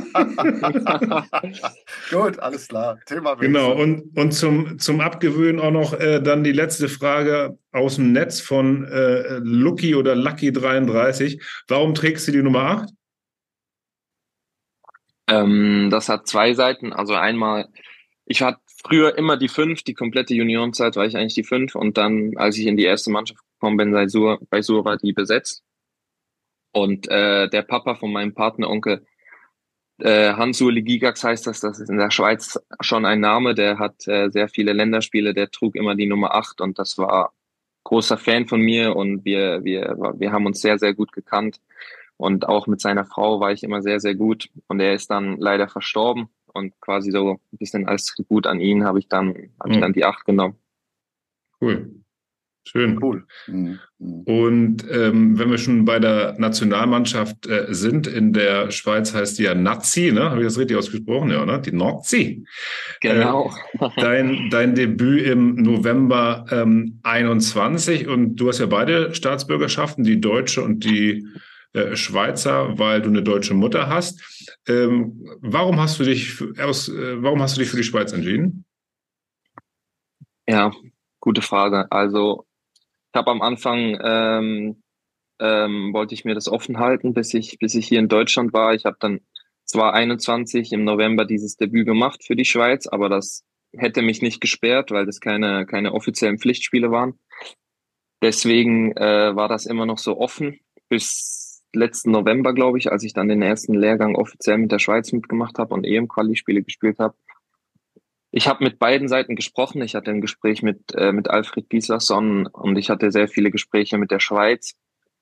Gut, alles klar. Thema Wechsel. Genau, und, und zum, zum Abgewöhnen auch noch äh, dann die letzte Frage aus dem Netz von äh, Lucky oder Lucky dreiunddreißig. Warum trägst du die Nummer acht? Ähm, das hat zwei Seiten. Also einmal, ich hatte früher immer die fünf, die komplette Juniorenzeit war ich eigentlich die fünf und dann, als ich in die erste Mannschaft gekommen bin, bei Sur, bei Sur war die besetzt. Und äh, der Papa von meinem Partneronkel, äh, Hans-Uli Gigax heißt das, das ist in der Schweiz schon ein Name, der hat äh, sehr viele Länderspiele, der trug immer die Nummer acht und das war großer Fan von mir und wir, wir, wir haben uns sehr, sehr gut gekannt. Und auch mit seiner Frau war ich immer sehr, sehr gut und er ist dann leider verstorben. Und quasi so ein bisschen als Tribut an ihn habe ich dann, habe ich dann die acht genommen. Cool. Schön. Cool. Mhm. Und ähm, wenn wir schon bei der Nationalmannschaft äh, sind, in der Schweiz heißt die ja Nazi, ne? Habe ich das richtig ausgesprochen? Ja, ne? Die Nazi. Genau. Äh, dein, dein Debüt im November ähm, einundzwanzig und du hast ja beide Staatsbürgerschaften, die deutsche und die äh, Schweizer, weil du eine deutsche Mutter hast. Ähm, warum hast du dich aus, äh, warum hast du dich für die Schweiz entschieden? Ja, gute Frage. Also ich habe am Anfang ähm, ähm, wollte ich mir das offen halten, bis ich, bis ich hier in Deutschland war. Ich habe dann zwar einundzwanzig im November dieses Debüt gemacht für die Schweiz, aber das hätte mich nicht gesperrt, weil das keine, keine offiziellen Pflichtspiele waren. Deswegen äh, war das immer noch so offen bis letzten November, glaube ich, als ich dann den ersten Lehrgang offiziell mit der Schweiz mitgemacht habe und E M-Quali-Spiele gespielt habe. Ich habe mit beiden Seiten gesprochen. Ich hatte ein Gespräch mit äh, mit Alfred Gislason und ich hatte sehr viele Gespräche mit der Schweiz.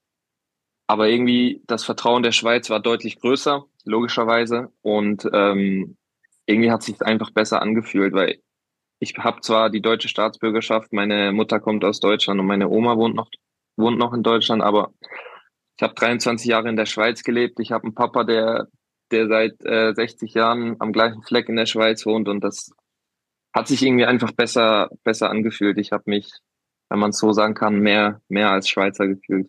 Aber irgendwie das Vertrauen der Schweiz war deutlich größer, logischerweise. Und ähm, irgendwie hat es sich einfach besser angefühlt, weil ich habe zwar die deutsche Staatsbürgerschaft, meine Mutter kommt aus Deutschland und meine Oma wohnt noch wohnt noch in Deutschland, aber ich habe dreiundzwanzig Jahre in der Schweiz gelebt. Ich habe einen Papa, der der seit äh, sechzig Jahren am gleichen Fleck in der Schweiz wohnt und das hat sich irgendwie einfach besser besser angefühlt. Ich habe mich, wenn man es so sagen kann, mehr mehr als Schweizer gefühlt.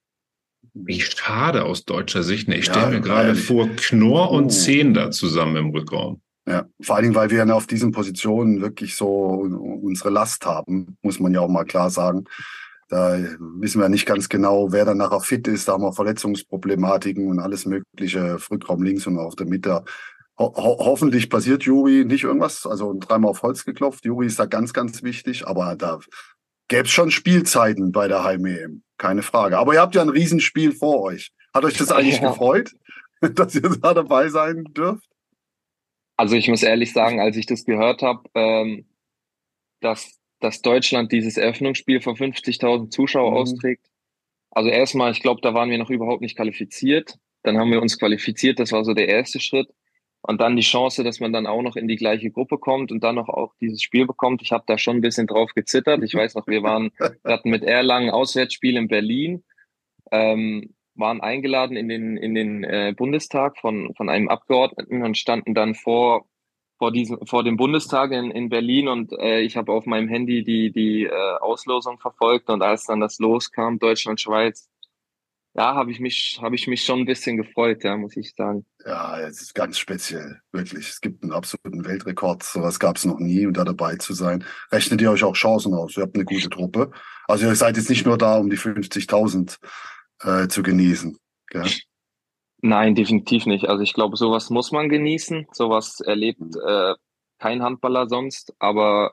Wie schade aus deutscher Sicht. Ich Ja, stelle mir gerade ehrlich. vor, Knorr und Uh. Zehnder zusammen im Rückraum. Ja, vor allen Dingen, weil wir ja auf diesen Positionen wirklich so unsere Last haben, muss man ja auch mal klar sagen. Da wissen wir nicht ganz genau, wer dann nachher fit ist. Da haben wir Verletzungsproblematiken und alles Mögliche, Rückraum links und auf der Mitte. Ho ho hoffentlich passiert Juri nicht irgendwas, also dreimal auf Holz geklopft. Juri ist da ganz, ganz wichtig, aber da gäbe es schon Spielzeiten bei der Heim-E M, keine Frage. Aber ihr habt ja ein Riesenspiel vor euch. Hat euch das eigentlich Ja. gefreut, dass ihr da dabei sein dürft? Also ich muss ehrlich sagen, als ich das gehört habe, ähm, dass, dass Deutschland dieses Eröffnungsspiel vor fünfzigtausend Zuschauer Mhm. austrägt. Also erstmal, ich glaube, da waren wir noch überhaupt nicht qualifiziert. Dann haben wir uns qualifiziert, das war so der erste Schritt. Und dann die Chance, dass man dann auch noch in die gleiche Gruppe kommt und dann noch auch dieses Spiel bekommt. Ich habe da schon ein bisschen drauf gezittert. Ich weiß noch, wir waren, wir hatten mit Erlangen ein Auswärtsspiel in Berlin, ähm, waren eingeladen in den in den äh, Bundestag von von einem Abgeordneten und standen dann vor vor diesem vor dem Bundestag in, in Berlin und äh, ich habe auf meinem Handy die die äh, Auslosung verfolgt und als dann das loskam, Deutschland Schweiz, ja, habe ich mich habe ich mich schon ein bisschen gefreut, ja, muss ich sagen. Ja, es ist ganz speziell, wirklich. Es gibt einen absoluten Weltrekord, sowas gab es noch nie und da dabei zu sein. Rechnet ihr euch auch Chancen aus? Ihr habt eine gute Truppe. Also ihr seid jetzt nicht nur da, um die fünfzigtausend äh, zu genießen. Gell? Nein, definitiv nicht. Also ich glaube, sowas muss man genießen. Sowas erlebt äh, kein Handballer sonst. Aber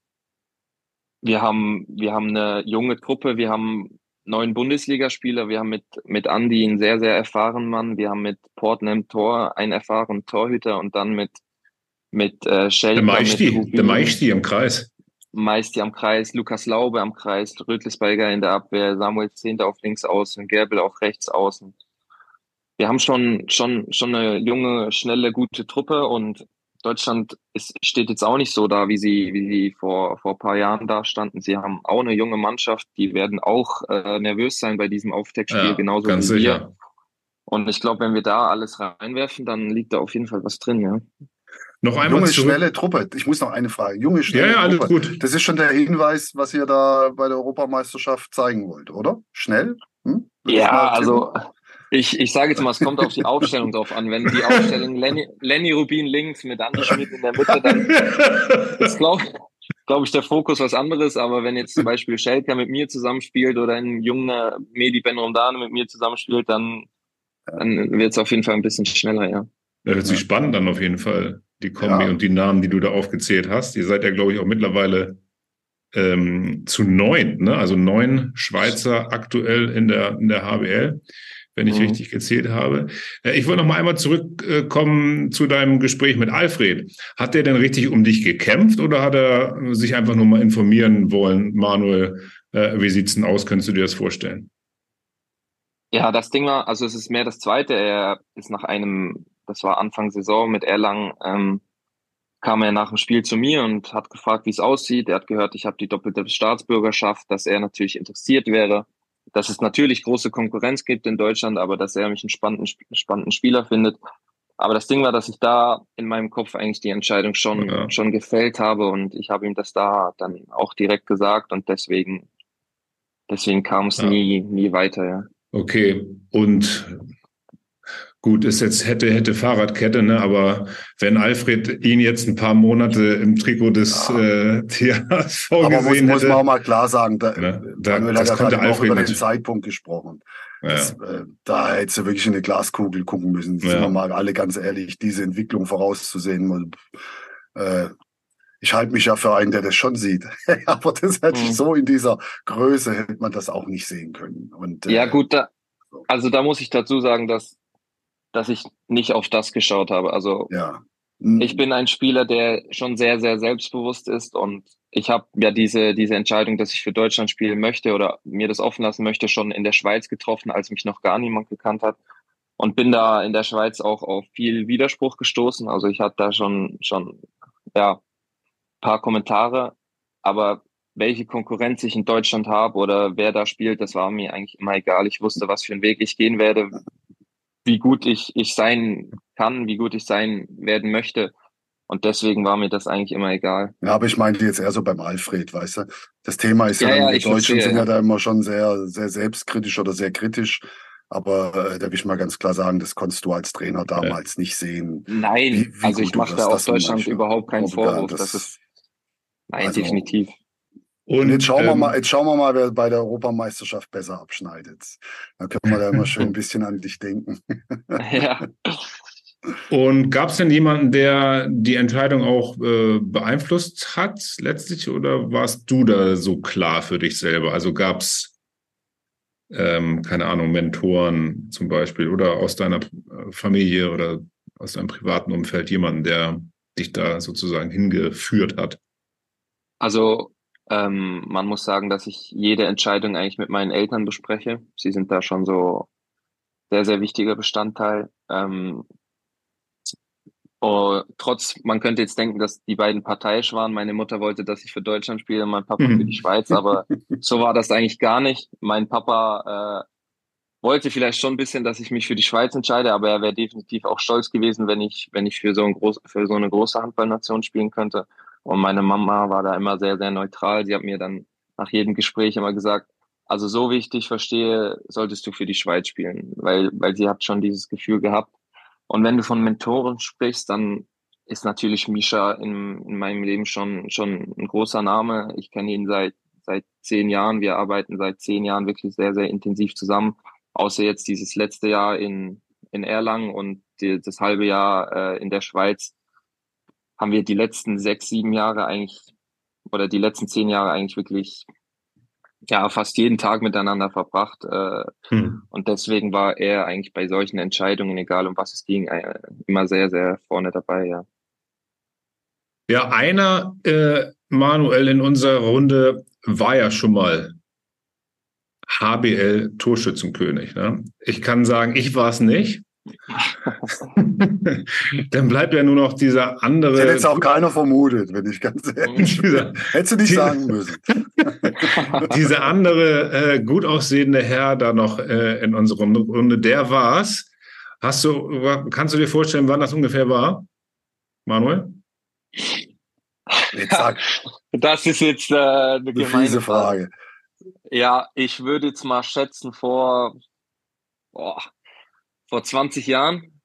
wir haben wir haben eine junge Truppe. Wir haben neun Bundesligaspieler. Wir haben mit mit Andi einen sehr sehr erfahrenen Mann. Wir haben mit Portner im Tor einen erfahrenen Torhüter und dann mit mit äh, Schelker, Der Meisti, mit Rubin, der Meisti im Kreis. Meisti am Kreis, Lukas Laube am Kreis, Rötlisberger in der Abwehr, Samuel Zehnter auf links außen, Gerbel auf rechts außen. Wir haben schon schon schon eine junge, schnelle, gute Truppe und Deutschland ist, steht jetzt auch nicht so da, wie sie wie sie vor vor ein paar Jahren da standen. Sie haben auch eine junge Mannschaft, die werden auch äh, nervös sein bei diesem Auftaktspiel, Ja, genauso ganz wie wir. sicher. Und ich glaube, wenn wir da alles reinwerfen, dann liegt da auf jeden Fall was drin, ja. Noch einmal Junge, zurück. schnelle Truppe. Ich muss noch eine Frage. Junge, schnelle Ja, ja, alles Truppe. gut. Das ist schon der Hinweis, was ihr da bei der Europameisterschaft zeigen wollt, oder? Schnell? Hm? Würdest du Ja, mal also ich, ich sage jetzt mal, es kommt auf die Aufstellung drauf an. Wenn die Aufstellung Lenny, Lenny Rubin links mit Andi Schmidt in der Mitte, dann ist, glaube glaub ich, der Fokus was anderes. Aber wenn jetzt zum Beispiel Schelker mit mir zusammenspielt oder ein junger Mehdi Benromdane mit mir zusammenspielt, dann, dann wird es auf jeden Fall ein bisschen schneller, ja. Das hört sich Ja. spannend an auf jeden Fall. Die Kombi Ja. und die Namen, die du da aufgezählt hast. Ihr seid ja, glaube ich, auch mittlerweile ähm, zu neun, ne? Also neun Schweizer aktuell in der, in der H B L, wenn ich Mhm. richtig gezählt habe. Äh, ich wollte noch mal einmal zurückkommen zu deinem Gespräch mit Alfred. Hat der denn richtig um dich gekämpft oder hat er sich einfach nur mal informieren wollen? Manuel, äh, wie sieht's denn aus? Könntest du dir das vorstellen? Ja, das Ding war, also es ist mehr das Zweite. Er ist nach einem, das war Anfang Saison mit Erlangen, ähm, kam er nach dem Spiel zu mir und hat gefragt, wie es aussieht. Er hat gehört, ich habe die doppelte Staatsbürgerschaft, dass er natürlich interessiert wäre, dass es natürlich große Konkurrenz gibt in Deutschland, aber dass er mich einen spannenden, spannenden Spieler findet. Aber das Ding war, dass ich da in meinem Kopf eigentlich die Entscheidung schon, Ja. schon gefällt habe und ich habe ihm das da dann auch direkt gesagt und deswegen, deswegen kam es Ja. nie, nie weiter, ja. Okay, und gut, ist jetzt hätte, hätte Fahrradkette, ne? Aber wenn Alfred ihn jetzt ein paar Monate im Trikot des Ja. äh, T H S V Aber muss, gesehen muss hätte, man auch mal klar sagen, da, ne? Da, Manuel das hat ja konnte gerade noch Alfred über den natürlich. Zeitpunkt gesprochen. Ja. Das, äh, da hättest du wirklich in eine Glaskugel gucken müssen. Ja. Sind wir mal alle ganz ehrlich, diese Entwicklung vorauszusehen. Und, äh, ich halte mich ja für einen, der das schon sieht. Aber das hätte Mhm. so in dieser Größe hätte man das auch nicht sehen können. Und, äh, Ja, gut, da, also da muss ich dazu sagen, dass, dass ich nicht auf das geschaut habe. Also ja. ich bin ein Spieler, der schon sehr, sehr selbstbewusst ist, und ich habe ja diese, diese Entscheidung, dass ich für Deutschland spielen möchte oder mir das offen lassen möchte, schon in der Schweiz getroffen, als mich noch gar niemand gekannt hat, und bin da in der Schweiz auch auf viel Widerspruch gestoßen. Also ich hatte da schon, schon, ja, paar Kommentare, aber welche Konkurrenz ich in Deutschland habe oder wer da spielt, das war mir eigentlich immer egal. Ich wusste, was für einen Weg ich gehen werde, wie gut ich, ich sein kann, wie gut ich sein werden möchte. Und deswegen war mir das eigentlich immer egal. Ja, aber ich meinte jetzt eher so beim Alfred, weißt du? Das Thema ist ja, Ja, dann, ja, wir ich Deutschen verstehe, sind ja ja. da immer schon sehr, sehr selbstkritisch oder sehr kritisch. Aber äh, da will ich mal ganz klar sagen, das konntest du als Trainer damals nicht sehen. Nein, Wie- wie also gut ich du mache wirst, da das auf sind Deutschland manche überhaupt keinen Propaganda, Vorwurf. das- Das ist, nein, also- definitiv. Und, Und jetzt schauen wir ähm, mal, jetzt schauen wir mal, wer bei der Europameisterschaft besser abschneidet. Dann können wir da immer schön ein bisschen an dich denken. Ja. Und gab es denn jemanden, der die Entscheidung auch äh, beeinflusst hat letztlich, oder warst du da so klar für dich selber? Also gab es, ähm, keine Ahnung, Mentoren zum Beispiel oder aus deiner äh, Familie oder aus deinem privaten Umfeld jemanden, der dich da sozusagen hingeführt hat? Also ähm, man muss sagen, dass ich jede Entscheidung eigentlich mit meinen Eltern bespreche. Sie sind da schon so sehr, sehr wichtiger Bestandteil. Ähm, oh, trotz, man könnte jetzt denken, dass die beiden parteiisch waren. Meine Mutter wollte, dass ich für Deutschland spiele, mein Papa Mhm. für die Schweiz, aber so war das eigentlich gar nicht. Mein Papa äh, wollte vielleicht schon ein bisschen, dass ich mich für die Schweiz entscheide, aber er wäre definitiv auch stolz gewesen, wenn ich, wenn ich für so ein groß, für so eine große Handballnation spielen könnte. Und meine Mama war da immer sehr, sehr neutral. Sie hat mir dann nach jedem Gespräch immer gesagt, also so wie ich dich verstehe, solltest du für die Schweiz spielen, weil, weil sie hat schon dieses Gefühl gehabt. Und wenn du von Mentoren sprichst, dann ist natürlich Mischa in, in meinem Leben schon, schon ein großer Name. Ich kenne ihn seit, seit zehn Jahren. Wir arbeiten seit zehn Jahren wirklich sehr, sehr intensiv zusammen. Außer jetzt dieses letzte Jahr in, in Erlangen und die, das halbe Jahr äh, in der Schweiz haben wir die letzten sechs, sieben Jahre eigentlich oder die letzten zehn Jahre eigentlich wirklich ja fast jeden Tag miteinander verbracht. Äh, Hm. und deswegen war er eigentlich bei solchen Entscheidungen, egal um was es ging, äh, immer sehr, sehr vorne dabei, ja. Ja, einer, äh, Manuel, in unserer Runde war ja schon mal H B L-Torschützenkönig. Ne? Ich kann sagen, ich war es nicht. Dann bleibt ja nur noch dieser andere. Das hätte jetzt auch keiner vermutet, wenn ich ganz ehrlich bin. Hättest du nicht dieser, sagen müssen. Dieser andere äh, gut aussehende Herr da noch äh, in unserer Runde, der war's. Hast du, kannst du dir vorstellen, wann das ungefähr war, Manuel? Jetzt sag, Das ist jetzt äh, eine eine gemeine fiese Frage. Ja, ich würde jetzt mal schätzen vor, boah, vor zwanzig Jahren.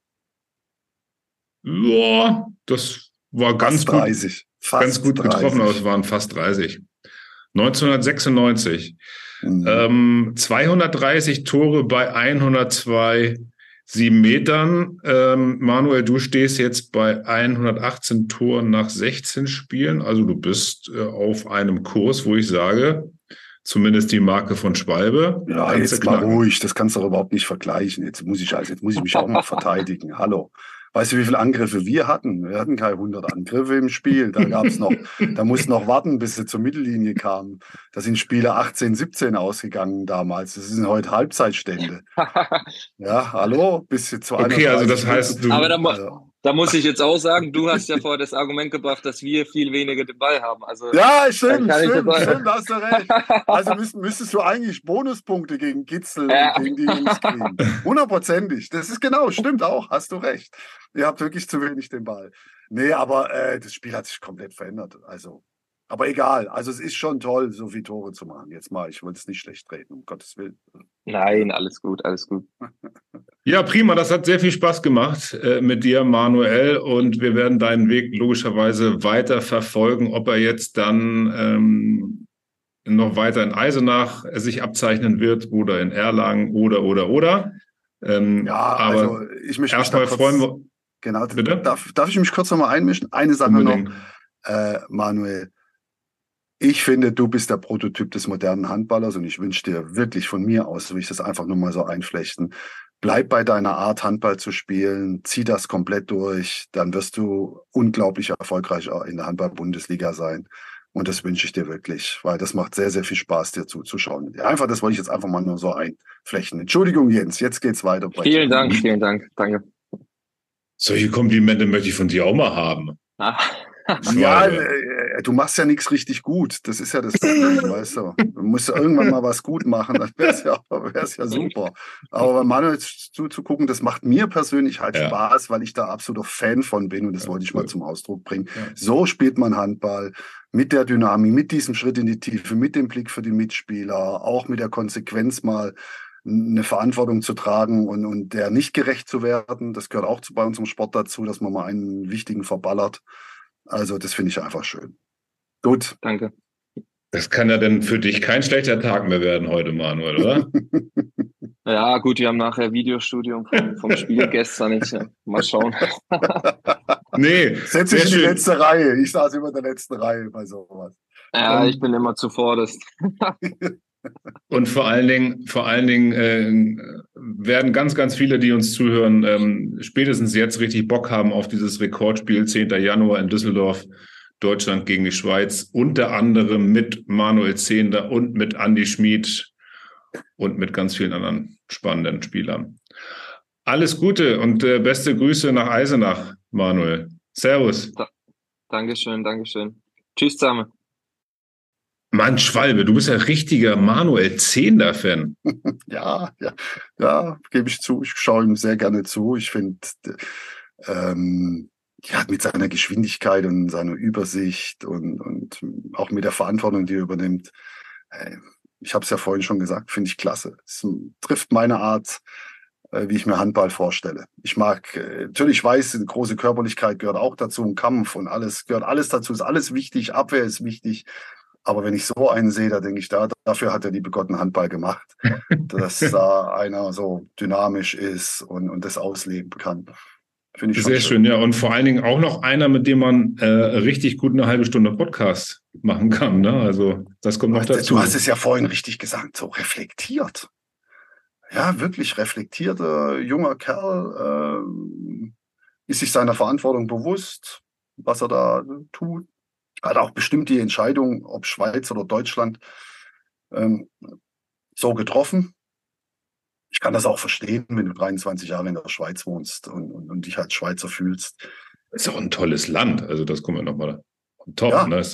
Ja, das war ganz Fast gut, dreißig. Fast ganz gut getroffen, aber es dreißig. waren fast dreißig. neunzehnhundertsechsundneunzig. Mhm. Ähm, zweihundertdreißig Tore bei hundertzwei sieben Metern. Ähm, Manuel, du stehst jetzt bei hundertachtzehn Toren nach sechzehn Spielen. Also du bist äh, auf einem Kurs, wo ich sage, zumindest die Marke von Schwalbe. Ja, kannst du jetzt mal knacken. ruhig, das kannst du doch überhaupt nicht vergleichen. Jetzt muss ich also, jetzt muss ich mich auch mal verteidigen. Hallo. Weißt du, wie viele Angriffe wir hatten? Wir hatten keine hundert Angriffe im Spiel. Da gab's noch, da mussten noch warten, bis sie zur Mittellinie kamen. Da sind Spiele achtzehn, siebzehn ausgegangen damals. Das sind heute Halbzeitstände. Ja, hallo? Bis zu Okay, also das einunddreißig heißt, du, Aber da, mu Also, da muss ich jetzt auch sagen, du hast ja vorher das Argument gebracht, dass wir viel weniger den Ball haben. Also ja, stimmt, kann ich stimmt, das- stimmt, hast du recht. Also müsst, müsstest du eigentlich Bonuspunkte gegen Gitzel Ja. und gegen die Jungs kriegen. Hundertprozentig. Das ist genau, stimmt auch, hast du recht. Ihr habt wirklich zu wenig den Ball. Nee, aber äh, das Spiel hat sich komplett verändert. Also, aber egal. Also es ist schon toll, so viele Tore zu machen. Jetzt mal, ich wollte es nicht schlecht reden, um Gottes Willen. Nein, alles gut, alles gut. ja, prima, das hat sehr viel Spaß gemacht äh, mit dir, Manuel, und wir werden deinen Weg logischerweise weiter verfolgen, ob er jetzt dann ähm, noch weiter in Eisenach sich abzeichnen wird oder in Erlangen oder, oder, oder. Ähm, Ja, aber also ich möchte mich erstmal da kurz, freuen wir. genau, Bitte? darf, darf ich mich kurz noch mal einmischen? Eine Sache Unbedingt. noch, äh, Manuel. Ich finde, du bist der Prototyp des modernen Handballers und ich wünsche dir wirklich von mir aus, will ich das einfach nur mal so einflechten, bleib bei deiner Art, Handball zu spielen, zieh das komplett durch, dann wirst du unglaublich erfolgreich in der Handball-Bundesliga sein. Und das wünsche ich dir wirklich, weil das macht sehr, sehr viel Spaß, dir zuzuschauen. Einfach, das wollte ich jetzt einfach mal nur so einflechten. Entschuldigung, Jens, jetzt geht's weiter. Bei Vielen dir. Dank, vielen Dank. Danke. Solche Komplimente möchte ich von dir auch mal haben. Ah. Ja, Schwalbe. äh, du machst ja nichts richtig gut. Das ist ja das Problem, weißt du. Du musst ja irgendwann mal was gut machen, dann wäre es ja, wär's ja super. Aber bei Manuel zuzugucken, das macht mir persönlich halt Ja. Spaß, weil ich da absoluter Fan von bin und das Ja, wollte ich cool. mal zum Ausdruck bringen. Ja. So spielt man Handball, mit der Dynamik, mit diesem Schritt in die Tiefe, mit dem Blick für die Mitspieler, auch mit der Konsequenz mal eine Verantwortung zu tragen und, und der nicht gerecht zu werden. Das gehört auch zu, bei unserem Sport dazu, dass man mal einen wichtigen verballert. Also das finde ich einfach schön. Gut. Danke. Das kann ja dann für dich kein schlechter Tag mehr werden heute, Manuel, oder? Ja, gut, wir haben nachher Videostudium vom, vom Spiel gestern. Ich, ja, mal schauen. Nee, Setz sehr dich in die schön. letzte Reihe. Ich saß immer in der letzten Reihe bei sowas. Ja, ich bin immer zuvorderst. Und vor allen Dingen, vor allen Dingen äh, werden ganz, ganz viele, die uns zuhören, ähm, spätestens jetzt richtig Bock haben auf dieses Rekordspiel, zehnten Januar in Düsseldorf, Deutschland gegen die Schweiz, unter anderem mit Manuel Zehnder und mit Andi Schmid und mit ganz vielen anderen spannenden Spielern. Alles Gute und äh, beste Grüße nach Eisenach, Manuel. Servus. Da, Dankeschön, Dankeschön. Tschüss zusammen. Mann, Schwalbe, du bist ja richtiger Manuel Zehnder-Fan. Ja, ja, ja, gebe ich zu. Ich schaue ihm sehr gerne zu. Ich finde, ähm, ja, mit seiner Geschwindigkeit und seiner Übersicht und, und auch mit der Verantwortung, die er übernimmt, äh, ich habe es ja vorhin schon gesagt, finde ich klasse. Es trifft meine Art, äh, wie ich mir Handball vorstelle. Ich mag, äh, natürlich weiß, eine große Körperlichkeit gehört auch dazu, ein Kampf und alles gehört alles dazu, ist alles wichtig, Abwehr ist wichtig. Aber wenn ich so einen sehe, da denke ich, da, dafür hat der liebe Gott einen Handball gemacht, dass da einer so dynamisch ist und, und das ausleben kann. Finde ich schon Sehr schön, ja. Und vor allen Dingen auch noch einer, mit dem man äh, richtig gut eine halbe Stunde Podcast machen kann. Ne? Also das kommt noch dazu. Du hast es ja vorhin richtig gesagt, so reflektiert. Ja, wirklich reflektierter junger Kerl, äh, ist sich seiner Verantwortung bewusst, was er da tut. Hat auch bestimmt die Entscheidung, ob Schweiz oder Deutschland, ähm, so getroffen. Ich kann das auch verstehen, wenn du dreiundzwanzig Jahre in der Schweiz wohnst und, und, und dich als Schweizer fühlst. Ist auch ein tolles Land. Also das kommen wir nochmal top. Ja. Ne?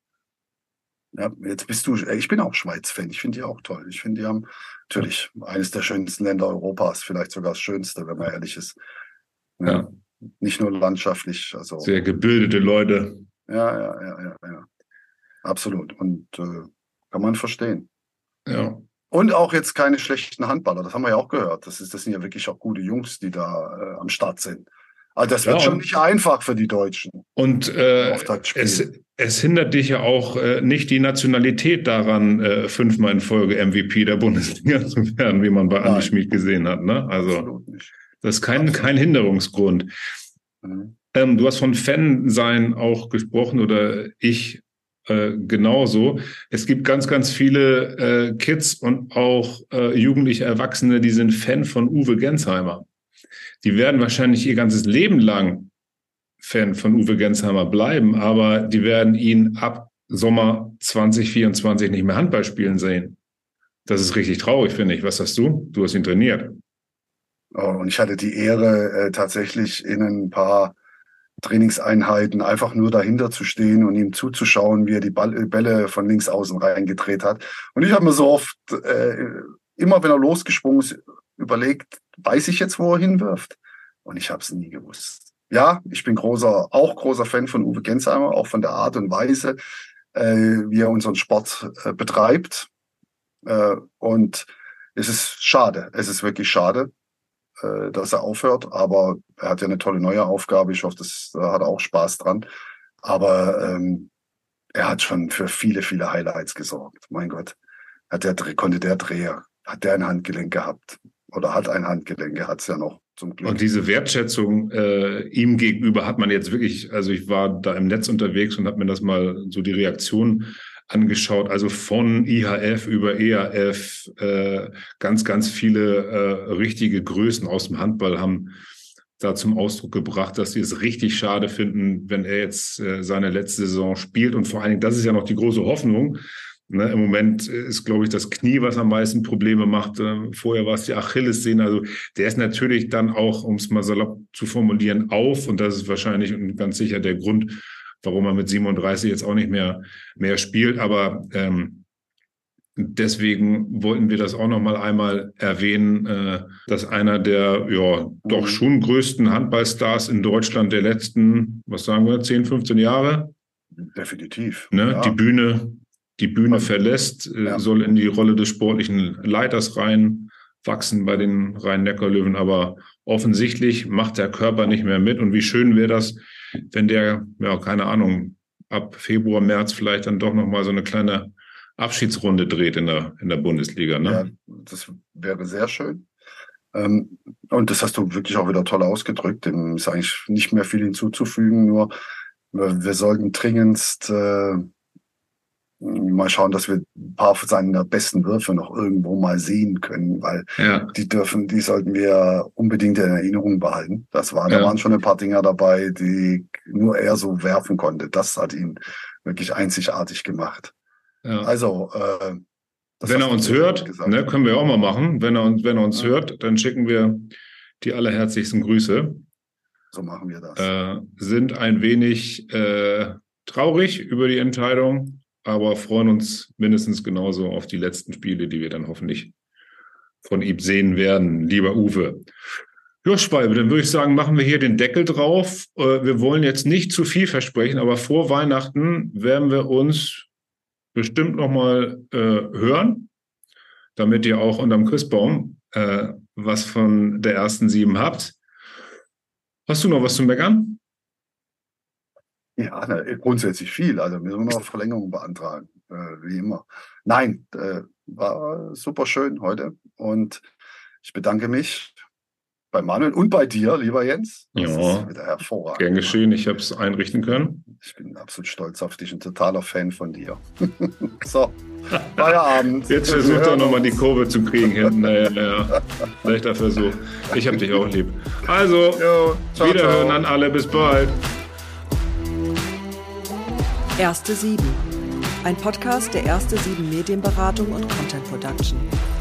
Ja, jetzt bist du, ich bin auch Schweiz-Fan. Ich finde die auch toll. Ich finde, die haben natürlich eines der schönsten Länder Europas, vielleicht sogar das schönste, wenn man ehrlich ist. Ja. Ja. Nicht nur landschaftlich. Also, sehr gebildete Leute. Ja, ja, ja, ja, ja. Absolut. Und äh, kann man verstehen. Ja. Und auch jetzt keine schlechten Handballer, das haben wir ja auch gehört. Das, ist, das sind ja wirklich auch gute Jungs, die da äh, am Start sind. Also das wird ja, schon nicht einfach für die Deutschen. Und äh, es, es hindert dich ja auch äh, nicht die Nationalität daran, äh, fünfmal in Folge M V P der Bundesliga zu werden, wie man bei Andi Schmid gesehen hat. Ne? Also das ist kein, kein Hinderungsgrund. Mhm. Ähm, du hast von Fan sein auch gesprochen oder ich äh, genauso. Es gibt ganz, ganz viele äh, Kids und auch äh, jugendliche Erwachsene, die sind Fan von Uwe Gensheimer. Die werden wahrscheinlich ihr ganzes Leben lang Fan von Uwe Gensheimer bleiben, aber die werden ihn ab Sommer zwanzig vierundzwanzig nicht mehr Handball spielen sehen. Das ist richtig traurig, finde ich. Was hast du? Du hast ihn trainiert. Oh, und ich hatte die Ehre, äh, tatsächlich in ein paar Trainingseinheiten einfach nur dahinter zu stehen und ihm zuzuschauen, wie er die Ball, Bälle von links außen reingedreht hat. Und ich habe mir so oft, äh, immer wenn er losgesprungen ist, überlegt, weiß ich jetzt, wo er hinwirft? Und ich habe es nie gewusst. Ja, ich bin großer, auch großer Fan von Uwe Gensheimer, auch von der Art und Weise, äh, wie er unseren Sport äh, betreibt. Äh, und es ist schade, es ist wirklich schade, äh, dass er aufhört. Aber er hat ja eine tolle neue Aufgabe. Ich hoffe, das, da hat er auch Spaß dran. Aber ähm, er hat schon für viele, viele Highlights gesorgt. Mein Gott, hat der, konnte der Dreher, hat der ein Handgelenk gehabt oder hat ein Handgelenk, er hat es ja noch zum Glück. Und diese Wertschätzung äh, ihm gegenüber hat man jetzt wirklich, also ich war da im Netz unterwegs und habe mir das mal so die Reaktion angeschaut, also von I H F über E H F, äh, ganz, ganz viele äh, richtige Größen aus dem Handball haben da zum Ausdruck gebracht, dass sie es richtig schade finden, wenn er jetzt äh, seine letzte Saison spielt. Und vor allen Dingen, das ist ja noch die große Hoffnung. Ne, im Moment ist, glaube ich, das Knie, was am meisten Probleme macht. Äh, vorher war es die Achillessehne. Also der ist natürlich dann auch, um es mal salopp zu formulieren, auf. Und das ist wahrscheinlich und ganz sicher der Grund, warum er mit siebenunddreißig jetzt auch nicht mehr, mehr spielt. Aber ähm, deswegen wollten wir das auch noch mal einmal erwähnen, äh, dass einer der ja doch schon größten Handballstars in Deutschland der letzten, was sagen wir, zehn, fünfzehn Jahre? Definitiv. Ne, ja. Die Bühne, die Bühne verlässt, äh, ja. soll in die Rolle des sportlichen Leiters reinwachsen bei den Rhein-Neckar-Löwen. Aber offensichtlich macht der Körper nicht mehr mit. Und wie schön wäre das, wenn der, ja, keine Ahnung, ab Februar, März vielleicht dann doch noch mal so eine kleine Abschiedsrunde dreht in der, in der Bundesliga. Ne? Ja, das wäre sehr schön. Ähm, und das hast du wirklich auch wieder toll ausgedrückt. Dem ist eigentlich nicht mehr viel hinzuzufügen, nur wir sollten dringendst äh, mal schauen, dass wir ein paar seiner besten Würfe noch irgendwo mal sehen können, weil ja. die dürfen, die sollten wir unbedingt in Erinnerung behalten. Das war, ja. Da waren schon ein paar Dinger dabei, die nur er so werfen konnte. Das hat ihn wirklich einzigartig gemacht. Ja. Also, äh, wenn er uns hört, ne, können wir auch mal machen. Wenn er uns, wenn er uns ja. hört, dann schicken wir die allerherzlichsten Grüße. So machen wir das. Äh, sind ein wenig äh, traurig über die Entscheidung, aber freuen uns mindestens genauso auf die letzten Spiele, die wir dann hoffentlich von ihm sehen werden, lieber Uwe. Ja, Schwalbe, dann würde ich sagen, machen wir hier den Deckel drauf. Äh, wir wollen jetzt nicht zu viel versprechen, aber vor Weihnachten werden wir uns bestimmt nochmal äh, hören, damit ihr auch unterm Christbaum äh, was von der ersten sieben habt. Hast du noch was zu meckern? Ja, ne, grundsätzlich viel. Also müssen wir noch Verlängerung beantragen, äh, wie immer. Nein, äh, war super schön heute und ich bedanke mich bei Manuel und bei dir, lieber Jens. Das ja, ist wieder hervorragend. Gern geschehen, ich habe es einrichten können. Ich bin absolut stolz auf dich, ein totaler Fan von dir. So, Feierabend. Jetzt versucht er nochmal die Kurve zu kriegen hinten. Naja, naja. Leichter Versuch. Ich habe dich auch lieb. Also, jo, ciao, wiederhören ciao. An alle. Bis bald. Erste Sieben. Ein Podcast der Erste Sieben Medienberatung und Content Production.